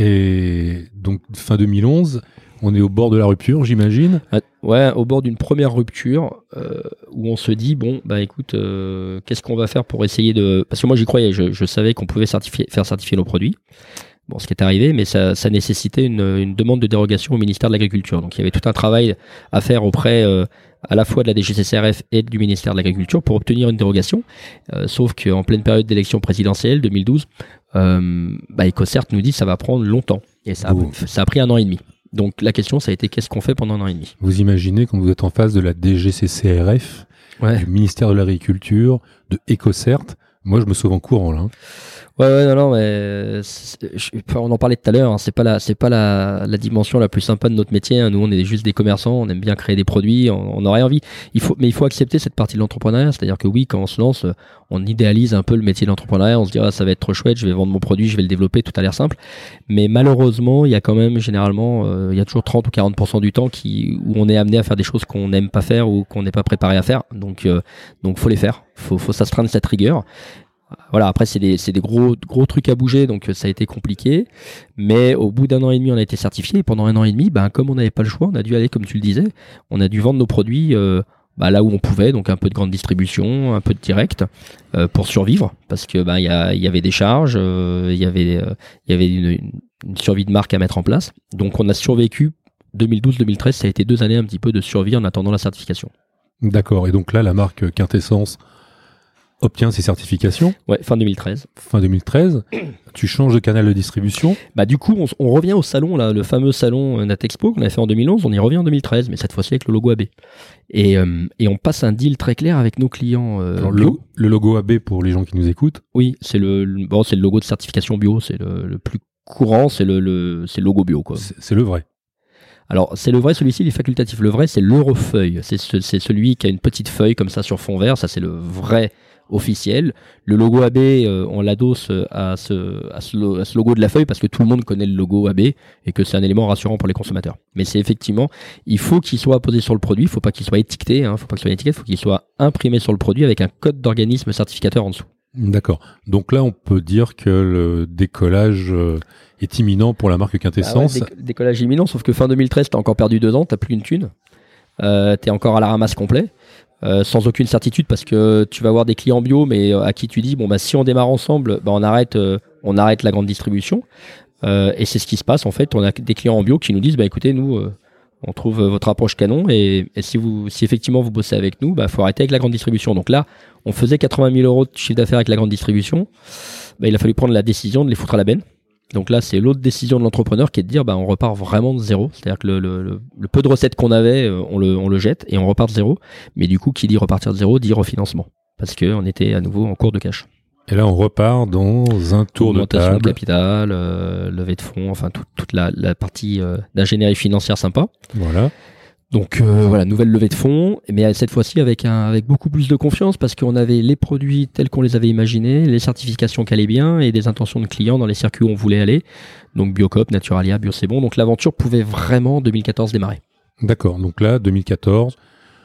Et donc fin deux mille onze, on est au bord de la rupture, j'imagine. Ah, ouais, au bord d'une première rupture euh, où on se dit bon, bah écoute, euh, qu'est-ce qu'on va faire pour essayer de, parce que moi j'y croyais, je, je savais qu'on pouvait certifier, faire certifier nos produits. bon, ce qui est arrivé, mais ça, ça nécessitait une, une demande de dérogation au ministère de l'Agriculture. Donc il y avait tout un travail à faire auprès euh, à la fois de la D G C C R F et du ministère de l'Agriculture pour obtenir une dérogation. Euh, sauf qu'en pleine période d'élection présidentielle, deux mille douze, euh, bah, EcoCert nous dit que ça va prendre longtemps. Et ça a, Oh. ça a pris un an et demi. Donc la question, ça a été qu'est-ce qu'on fait pendant un an et demi? Vous imaginez quand vous êtes en face de la D G C C R F, Ouais. du ministère de l'Agriculture, de EcoCert. Moi, je me sauve en courant, là. hein. Ouais, ouais, non, non, mais c'est- je- enfin, on en parlait tout à l'heure. Hein, c'est pas la, c'est pas la, la dimension la plus sympa de notre métier. Hein. Nous, on est juste des commerçants. On aime bien créer des produits. On, on aurait envie. Il faut, mais il faut accepter cette partie de l'entrepreneuriat. C'est-à-dire que oui, quand on se lance, on idéalise un peu le métier de l'entrepreneuriat. On se dit, ah, ça va être trop chouette. Je vais vendre mon produit, je vais le développer. Tout a l'air simple. Mais malheureusement, il y a quand même généralement, euh, il y a toujours trente ou quarante pour cent du temps qui, où on est amené à faire des choses qu'on n'aime pas faire ou qu'on n'est pas préparé à faire. Donc, euh, donc, faut les faire. Faut, faut s'astreindre cette rigueur. Voilà, après c'est des, c'est des gros, gros trucs à bouger, donc ça a été compliqué. Mais au bout d'un an et demi, on a été certifié. Et pendant un an et demi, ben, comme on n'avait pas le choix, on a dû aller, comme tu le disais, on a dû vendre nos produits euh, bah, là où on pouvait, donc un peu de grande distribution, un peu de direct, euh, pour survivre, parce que ben, y, a, y avait des charges, il euh, y avait, euh, y avait une, une, une survie de marque à mettre en place. Donc on a survécu. deux mille douze deux mille treize, ça a été deux années un petit peu de survie en attendant la certification. D'accord. Et donc là, la marque Quintessence obtient ses certifications. Ouais, fin deux mille treize. Fin deux mille treize. Tu changes de canal de distribution. Bah du coup, on, on revient au salon, là, le fameux salon euh, Natexpo qu'on avait fait en deux mille onze, on y revient en deux mille treize, mais cette fois-ci avec le logo A B. Et, euh, et on passe un deal très clair avec nos clients euh, Alors, le, bio. le logo A B, pour les gens qui nous écoutent, Oui, c'est le, le- bon, c'est le logo de certification bio, c'est le, le plus courant, c'est le, le, c'est le logo bio, quoi. c'est c'est le vrai. Alors, c'est le vrai, celui-ci, il est facultatif. Le vrai, c'est l'Eurofeuille. C'est, ce, c'est celui qui a une petite feuille comme ça sur fond vert. Ça, c'est le vrai officiel. Le logo A B, euh, on l'adosse à ce, à, ce, lo- à ce logo de la feuille parce que tout le monde connaît le logo A B et que c'est un élément rassurant pour les consommateurs. Mais c'est effectivement, il faut qu'il soit apposé sur le produit. Il ne faut pas qu'il soit étiqueté. Il hein, ne faut pas qu'il soit étiqueté. Il faut qu'il soit imprimé sur le produit avec un code d'organisme certificateur en dessous. D'accord. Donc là, on peut dire que le décollage euh, est imminent pour la marque Quintessence. Ah ouais, déc- décollage imminent, sauf que fin deux mille treize, t'as encore perdu deux ans, t'as plus une thune. Euh, t'es encore à la ramasse complet, euh, sans aucune certitude parce que tu vas avoir des clients bio, mais euh, à qui tu dis bon bah si on démarre ensemble, bah on arrête, euh, on arrête la grande distribution. Euh, et c'est ce qui se passe en fait. On a des clients en bio qui nous disent bah écoutez nous, euh, on trouve euh, votre approche canon et, et si vous, si effectivement vous bossez avec nous, bah faut arrêter avec la grande distribution. Donc là, on faisait quatre-vingt mille euros de chiffre d'affaires avec la grande distribution. Bah, il a fallu prendre la décision de les foutre à la benne. Donc là, c'est l'autre décision de l'entrepreneur qui est de dire, bah, on repart vraiment de zéro. C'est-à-dire que le, le, le, le peu de recettes qu'on avait, euh, on le, on le jette et on repart de zéro. Mais du coup, qui dit repartir de zéro, dit refinancement. Parce qu'on était à nouveau en cours de cash. Et là, on repart dans un tour de Augmentation table. de capital, euh, levée de fonds, enfin tout- toute la, la partie euh, d'ingénierie financière sympa. Voilà. Donc euh, voilà, nouvelle levée de fonds, mais cette fois-ci avec un avec beaucoup plus de confiance parce qu'on avait les produits tels qu'on les avait imaginés, les certifications qui allaient bien et des intentions de clients dans les circuits où on voulait aller. Donc Biocop, Naturalia, Bio c'est bon. Donc l'aventure pouvait vraiment en deux mille quatorze démarrer. D'accord. Donc là, deux mille quatorze,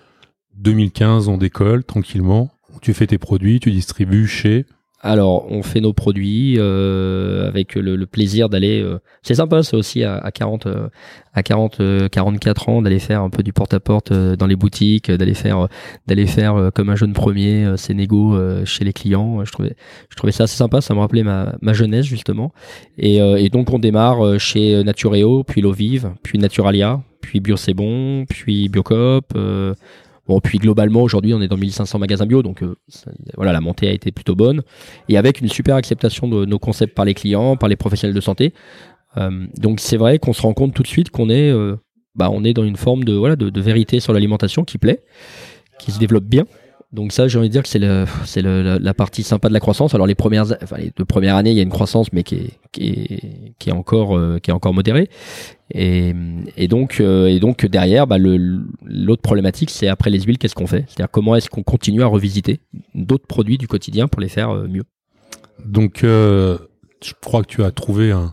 deux mille quinze, on décolle tranquillement. Tu fais tes produits, tu distribues chez... Alors, on fait nos produits euh, avec le, le plaisir d'aller. Euh, c'est sympa, ça aussi à, à quarante, euh, à quarante, euh, quarante-quatre ans, d'aller faire un peu du porte-à-porte euh, dans les boutiques, euh, d'aller faire, euh, d'aller faire euh, comme un jeune premier euh, ses négos euh, chez les clients. Je trouvais, je trouvais ça assez sympa. Ça me rappelait ma, ma jeunesse justement. Et, euh, et donc on démarre euh, chez Natureo, puis L'Eau Vive, puis Naturalia, puis Bio c'est bon, puis Biocop. Euh, Bon, puis globalement, aujourd'hui, on est dans mille cinq cents magasins bio, donc euh, ça, voilà, la montée a été plutôt bonne. Et avec une super acceptation de nos concepts par les clients, par les professionnels de santé. Euh, donc c'est vrai qu'on se rend compte tout de suite qu'on est, euh, bah, on est dans une forme de, voilà, de, de vérité sur l'alimentation qui plaît, qui se développe bien. Donc ça, j'ai envie de dire que c'est, le, c'est le, la, la partie sympa de la croissance. Alors les premières, enfin, les deux premières années, il y a une croissance, mais qui est, qui est, qui est encore, euh, qui est encore modérée. Et, et donc, euh, et donc derrière, bah, le, l'autre problématique, c'est après les huiles, qu'est-ce qu'on fait ? C'est-à-dire comment est-ce qu'on continue à revisiter d'autres produits du quotidien pour les faire euh, mieux ? Donc, euh, je crois que tu as trouvé un,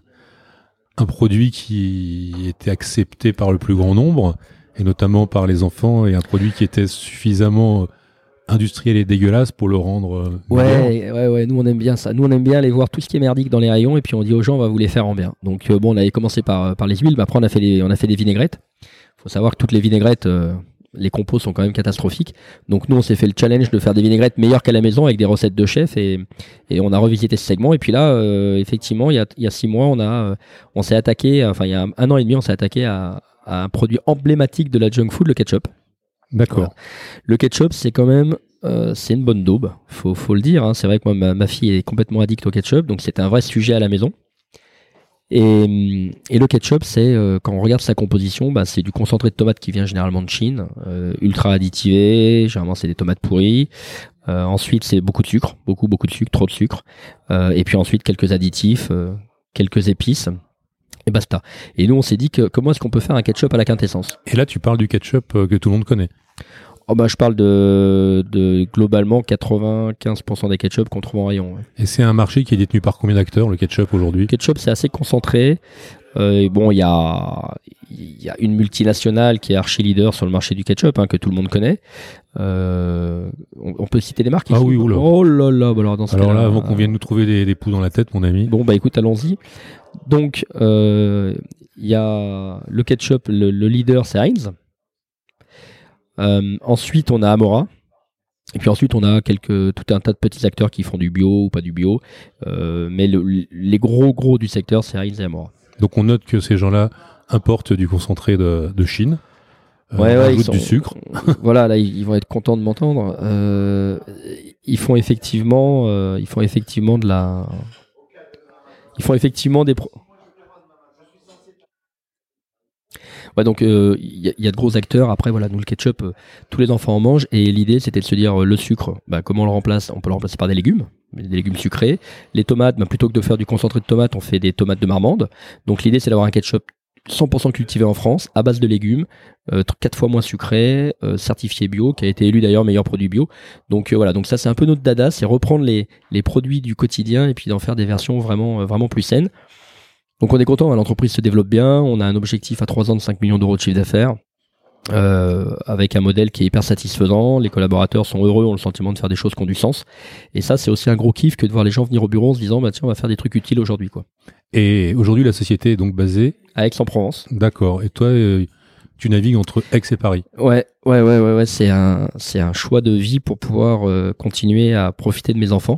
un produit qui était accepté par le plus grand nombre, et notamment par les enfants, et un produit qui était suffisamment industriel et dégueulasse pour le rendre euh, meilleur. Ouais, ouais, ouais, nous on aime bien ça. Nous on aime bien aller voir tout ce qui est merdique dans les rayons et puis on dit aux gens on va vous les faire en bien. Donc euh, bon, on avait commencé par, par les huiles, mais après on a fait, les, on a fait des vinaigrettes. Faut savoir que toutes les vinaigrettes, euh, les compos sont quand même catastrophiques. Donc nous, on s'est fait le challenge de faire des vinaigrettes meilleures qu'à la maison avec des recettes de chef et, et on a revisité ce segment. Et puis là, euh, effectivement, il y a, il y a six mois, on, a, euh, on s'est attaqué, enfin il y a un, un an et demi, on s'est attaqué à, à un produit emblématique de la junk food, le ketchup. D'accord. Voilà. Le ketchup, c'est quand même, euh, c'est une bonne daube, faut, faut le dire. Hein. C'est vrai que moi, ma, ma fille est complètement addicte au ketchup, donc c'était un vrai sujet à la maison. Et, et le ketchup, c'est euh, quand on regarde sa composition, bah, c'est du concentré de tomate qui vient généralement de Chine, euh, ultra additivé. Généralement, c'est des tomates pourries. Euh, ensuite, c'est beaucoup de sucre, beaucoup beaucoup de sucre, trop de sucre. Euh, et puis ensuite, quelques additifs, euh, quelques épices, et basta. Et nous, on s'est dit que comment est-ce qu'on peut faire un ketchup à la quintessence. Et là, tu parles du ketchup euh, que tout le monde connaît. Oh bah, je parle de, de globalement quatre-vingt-quinze pour cent des ketchup qu'on trouve en rayon. Ouais. Et c'est un marché qui est détenu par combien d'acteurs, le ketchup, aujourd'hui ? Le ketchup, c'est assez concentré. Euh, et bon, il y a, y a une multinationale qui est archi leader sur le marché du ketchup, hein, que tout le monde connaît. Euh, on, on peut citer des marques ici ? Ah oui, oula. Oh là là, bah alors dans ce Alors cas-là, là, avant qu'on vienne nous trouver des, des poux dans la tête, mon ami. Bon, bah écoute, allons-y. Donc, il euh, y a le ketchup, le, le leader, c'est Heinz. Euh, ensuite, on a Amora. Et puis ensuite, on a quelques, tout un tas de petits acteurs qui font du bio ou pas du bio. Euh, mais le, les gros gros du secteur, c'est Heinz et Amora. Donc on note que ces gens-là importent du concentré de, de Chine, euh, ouais, ouais, rajoutent ils sont, du sucre. Voilà, là, ils vont être contents de m'entendre. Euh, ils font effectivement, euh, ils font effectivement de la, ils font effectivement des. Pro... Ouais, donc il euh, y, y a de gros acteurs. Après, voilà, nous le ketchup, euh, tous les enfants en mangent. Et l'idée, c'était de se dire euh, le sucre, bah, comment on le remplace ? On peut le remplacer par des légumes, des légumes sucrés. Les tomates, bah, plutôt que de faire du concentré de tomates, on fait des tomates de marmande. Donc l'idée, c'est d'avoir un ketchup cent pour cent cultivé en France, à base de légumes, euh, quatre fois moins sucré, euh, certifié bio, qui a été élu d'ailleurs meilleur produit bio. Donc euh, voilà, donc ça c'est un peu notre dada, c'est reprendre les, les produits du quotidien et puis d'en faire des versions vraiment, euh, vraiment plus saines. Donc on est content, hein, l'entreprise se développe bien, on a un objectif à trois ans de cinq millions d'euros de chiffre d'affaires, euh, avec un modèle qui est hyper satisfaisant, les collaborateurs sont heureux, ont le sentiment de faire des choses qui ont du sens, et ça c'est aussi un gros kiff que de voir les gens venir au bureau en se disant bah tiens on va faire des trucs utiles aujourd'hui quoi. Et aujourd'hui la société est donc basée à Aix-en-Provence. D'accord, et toi euh, tu navigues entre Aix et Paris. Ouais, ouais, ouais, ouais, ouais, c'est un, c'est un choix de vie pour pouvoir euh, continuer à profiter de mes enfants.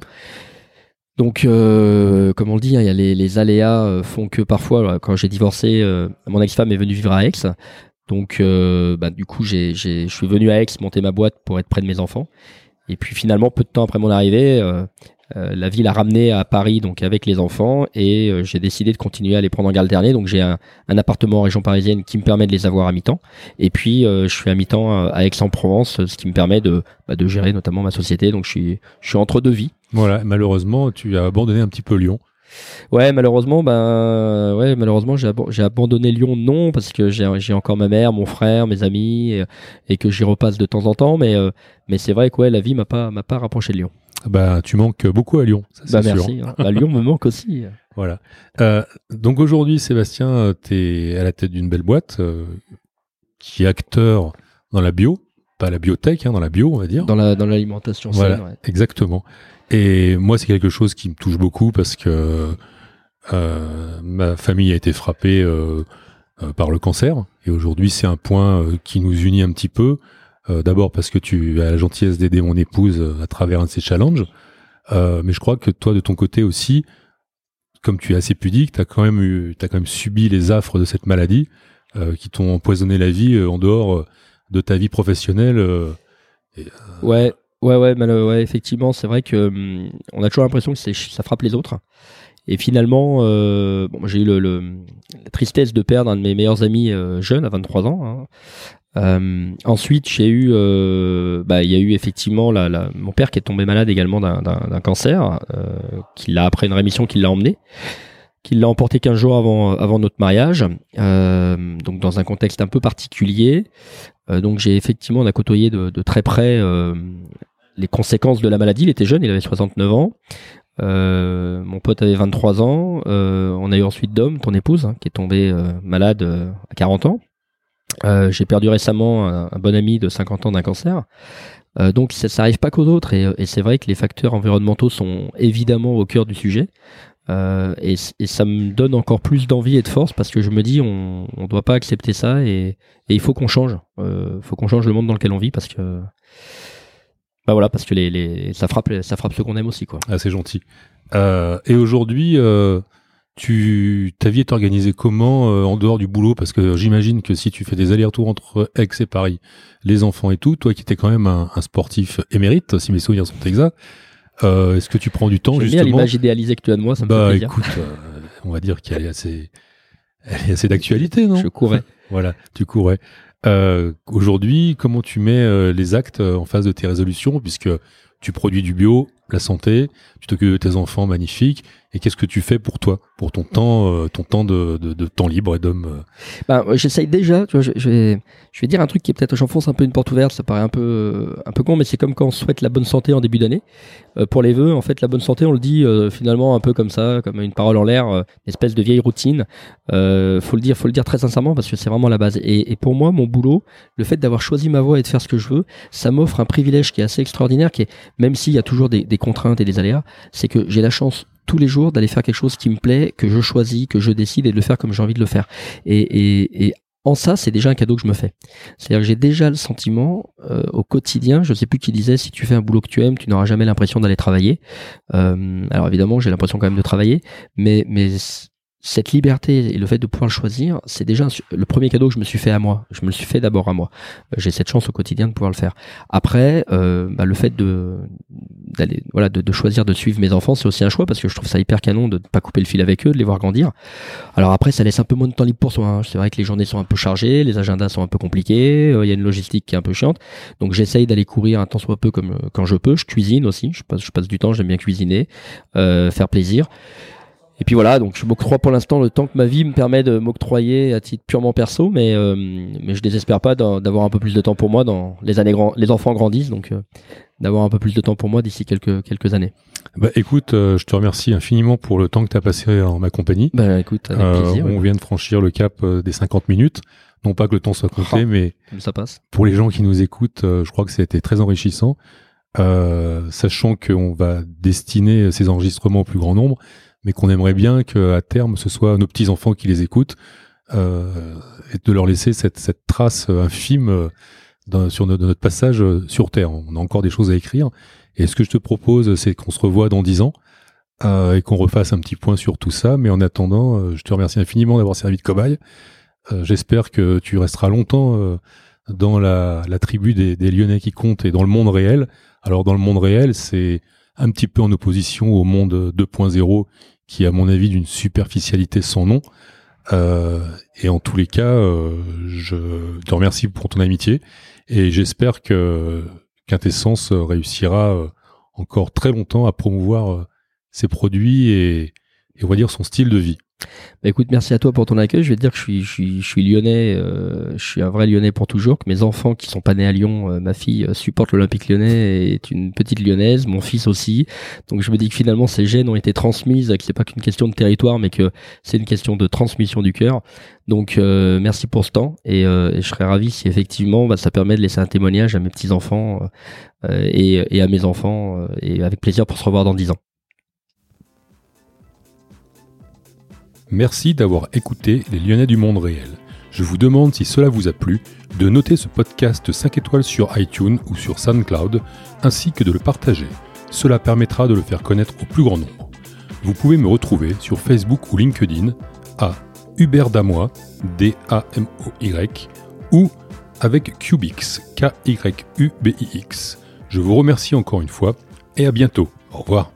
Donc, euh, comme on le dit, il hein, y a les, les aléas euh, font que parfois, là, quand j'ai divorcé, euh, mon ex-femme est venue vivre à Aix. Donc, euh, bah, du coup, j'ai, j'ai, je suis venu à Aix monter ma boîte pour être près de mes enfants. Et puis finalement, peu de temps après mon arrivée, euh, euh, la ville a ramené à Paris, donc avec les enfants, et euh, j'ai décidé de continuer à les prendre en garde alternée. Donc, j'ai un, un appartement en région parisienne qui me permet de les avoir à mi-temps. Et puis, euh, je suis à mi-temps à Aix-en-Provence, ce qui me permet de, bah, de gérer notamment ma société. Donc, je suis, je suis entre deux vies. Voilà, malheureusement, tu as abandonné un petit peu Lyon. Ouais, malheureusement, ben, ouais, malheureusement, j'ai, ab- j'ai abandonné Lyon, non, parce que j'ai, j'ai encore ma mère, mon frère, mes amis, et, et que j'y repasse de temps en temps, mais, euh, mais c'est vrai que ouais, la vie m'a pas, m'a pas rapproché de Lyon. Bah, tu manques beaucoup à Lyon, ça, c'est bah, sûr. merci. Hein. Bah, Lyon me manque aussi. Voilà. Euh, donc aujourd'hui, Sébastien, tu es à la tête d'une belle boîte euh, qui est acteur dans la bio, pas la biotech, hein, dans la bio, on va dire. Dans la, dans l'alimentation voilà, saine, ouais. Exactement. Et moi, c'est quelque chose qui me touche beaucoup parce que euh, ma famille a été frappée euh, euh, par le cancer. Et aujourd'hui, c'est un point euh, qui nous unit un petit peu. Euh, d'abord parce que tu as la gentillesse d'aider mon épouse euh, à travers un de ces challenges. Euh, mais je crois que toi, de ton côté aussi, comme tu es assez pudique, tu as quand même eu, t'as quand même subi les affres de cette maladie euh, qui t'ont empoisonné la vie euh, en dehors euh, de ta vie professionnelle. Euh, et, euh, ouais. Ouais, ouais, mais le, ouais, effectivement, c'est vrai que hum, on a toujours l'impression que c'est, ça frappe les autres. Et finalement, euh, bon, j'ai eu le, le, la tristesse de perdre un de mes meilleurs amis euh, jeune, à vingt-trois ans. Hein. Euh, ensuite, j'ai eu, euh, bah, il y a eu effectivement la, la, mon père qui est tombé malade également d'un, d'un, d'un cancer, euh, qui l'a après une rémission, qui l'a emmené, qui l'a emporté quinze jours avant, avant notre mariage, euh, donc dans un contexte un peu particulier. Euh, donc j'ai effectivement, on a côtoyé de, de très près euh, les conséquences de la maladie. Il était jeune, il avait soixante-neuf ans. Euh, mon pote avait vingt-trois ans. Euh, on a eu ensuite Dom, ton épouse, hein, qui est tombée euh, malade euh, à quarante ans. Euh, j'ai perdu récemment un, un bon ami de cinquante ans d'un cancer. Euh, donc ça n'arrive pas qu'aux autres. Et, et c'est vrai que les facteurs environnementaux sont évidemment au cœur du sujet. Euh, et, et ça me donne encore plus d'envie et de force parce que je me dis on on doit pas accepter ça et, et il faut qu'on change. Euh, faut qu'on change le monde dans lequel on vit parce que bah voilà parce que les, les ça frappe ça frappe ceux qu'on aime aussi quoi. Ah, c'est gentil. Euh, et aujourd'hui, euh, tu ta vie est organisée comment euh, en dehors du boulot? Parce que j'imagine que si tu fais des allers-retours entre Aix et Paris, les enfants et tout, toi qui étais quand même un, un sportif émérite, si mes souvenirs sont exacts. Euh, est-ce que tu prends du temps J'aime justement? bien l'image idéalisée que tu as de moi, ça me bah, fait plaisir. Écoute, euh, on va dire qu'elle est assez, elle est assez d'actualité, non? Je courais. Voilà, tu courais. Euh, aujourd'hui, comment tu mets euh, les actes euh, en face de tes résolutions, puisque tu produis du bio, la santé, tu t'occupes de tes enfants magnifiques, et qu'est-ce que tu fais pour toi, pour ton temps, euh, ton temps de, de, de temps libre et d'homme euh... Ben, j'essaye déjà, tu vois, je, je, vais, je vais dire un truc qui est peut-être, j'enfonce un peu une porte ouverte, ça paraît un peu, euh, un peu con, mais c'est comme quand on souhaite la bonne santé en début d'année. Euh, pour les vœux, en fait, la bonne santé, on le dit euh, finalement un peu comme ça, comme une parole en l'air, euh, une espèce de vieille routine. Euh, faut le dire, faut le dire très sincèrement parce que c'est vraiment la base. Et, et pour moi, mon boulot, le fait d'avoir choisi ma voie et de faire ce que je veux, ça m'offre un privilège qui est assez extraordinaire, qui est, même s'il y a toujours des, des contraintes et des aléas, c'est que j'ai la chance tous les jours d'aller faire quelque chose qui me plaît, que je choisis, que je décide et de le faire comme j'ai envie de le faire. Et, et, et en ça, c'est déjà un cadeau que je me fais. C'est-à-dire que j'ai déjà le sentiment euh, au quotidien, je sais plus qui disait, si tu fais un boulot que tu aimes, tu n'auras jamais l'impression d'aller travailler. Euh, alors évidemment, j'ai l'impression quand même de travailler, mais mais cette liberté et le fait de pouvoir le choisir, c'est déjà un, le premier cadeau que je me suis fait à moi. Je me le suis fait d'abord à moi. J'ai cette chance au quotidien de pouvoir le faire. Après, euh, bah, le fait de d'aller, voilà, de, de choisir de suivre mes enfants, c'est aussi un choix parce que je trouve ça hyper canon de ne pas couper le fil avec eux, de les voir grandir. Alors après, ça laisse un peu moins de temps libre pour soi. Hein. C'est vrai que les journées sont un peu chargées, les agendas sont un peu compliqués, il euh, y a une logistique qui est un peu chiante. Donc j'essaye d'aller courir un temps soit peu comme quand je peux. Je cuisine aussi. Je passe, je passe du temps. J'aime bien cuisiner, euh, faire plaisir. Et puis voilà, donc je m'octroie pour l'instant le temps que ma vie me permet de m'octroyer à titre purement perso, mais euh, mais je désespère pas d'avoir un peu plus de temps pour moi dans les années grands, les enfants grandissent, donc euh, d'avoir un peu plus de temps pour moi d'ici quelques quelques années. Bah écoute, euh, je te remercie infiniment pour le temps que tu as passé en ma compagnie. Bah écoute, avec euh, plaisir. On ouais. vient de franchir le cap euh, des cinquante minutes. Non pas que le temps soit compté, oh, mais ça passe. Pour les gens qui nous écoutent, euh, je crois que ça a été très enrichissant, euh, sachant qu'on va destiner ces enregistrements au plus grand nombre, mais qu'on aimerait bien qu'à terme, ce soit nos petits-enfants qui les écoutent, euh, et de leur laisser cette, cette trace infime euh, dans, sur notre, notre passage sur Terre. On a encore des choses à écrire, et ce que je te propose, c'est qu'on se revoie dans dix ans, euh, et qu'on refasse un petit point sur tout ça, mais en attendant, euh, je te remercie infiniment d'avoir servi de cobaye. Euh, j'espère que tu resteras longtemps euh, dans la, la tribu des, des Lyonnais qui comptent et dans le monde réel. Alors dans le monde réel, c'est un petit peu en opposition au monde deux point zéro qui est à mon avis d'une superficialité sans nom. Euh, et en tous les cas, euh, je te remercie pour ton amitié et j'espère que Quintessence réussira euh, encore très longtemps à promouvoir euh, ses produits et, et on va dire son style de vie. Bah écoute, merci à toi pour ton accueil. Je vais te dire que je suis, je suis, je suis lyonnais, euh, je suis un vrai lyonnais pour toujours. Que mes enfants qui sont pas nés à Lyon, euh, ma fille euh, supporte l'Olympique lyonnais et est une petite lyonnaise, mon fils aussi. Donc je me dis que finalement ces gènes ont été transmises, que c'est pas qu'une question de territoire, mais que c'est une question de transmission du cœur. Donc euh, merci pour ce temps et, euh, et je serais ravi si effectivement bah, ça permet de laisser un témoignage à mes petits enfants euh, et, et à mes enfants euh, et avec plaisir pour se revoir dans dix ans. Merci d'avoir écouté les Lyonnais du monde réel. Je vous demande si cela vous a plu, de noter ce podcast cinq étoiles sur iTunes ou sur SoundCloud, ainsi que de le partager. Cela permettra de le faire connaître au plus grand nombre. Vous pouvez me retrouver sur Facebook ou LinkedIn à Hubert Damoy, D A M O Y, ou avec Cubix, K Y U B I X. Je vous remercie encore une fois et à bientôt. Au revoir.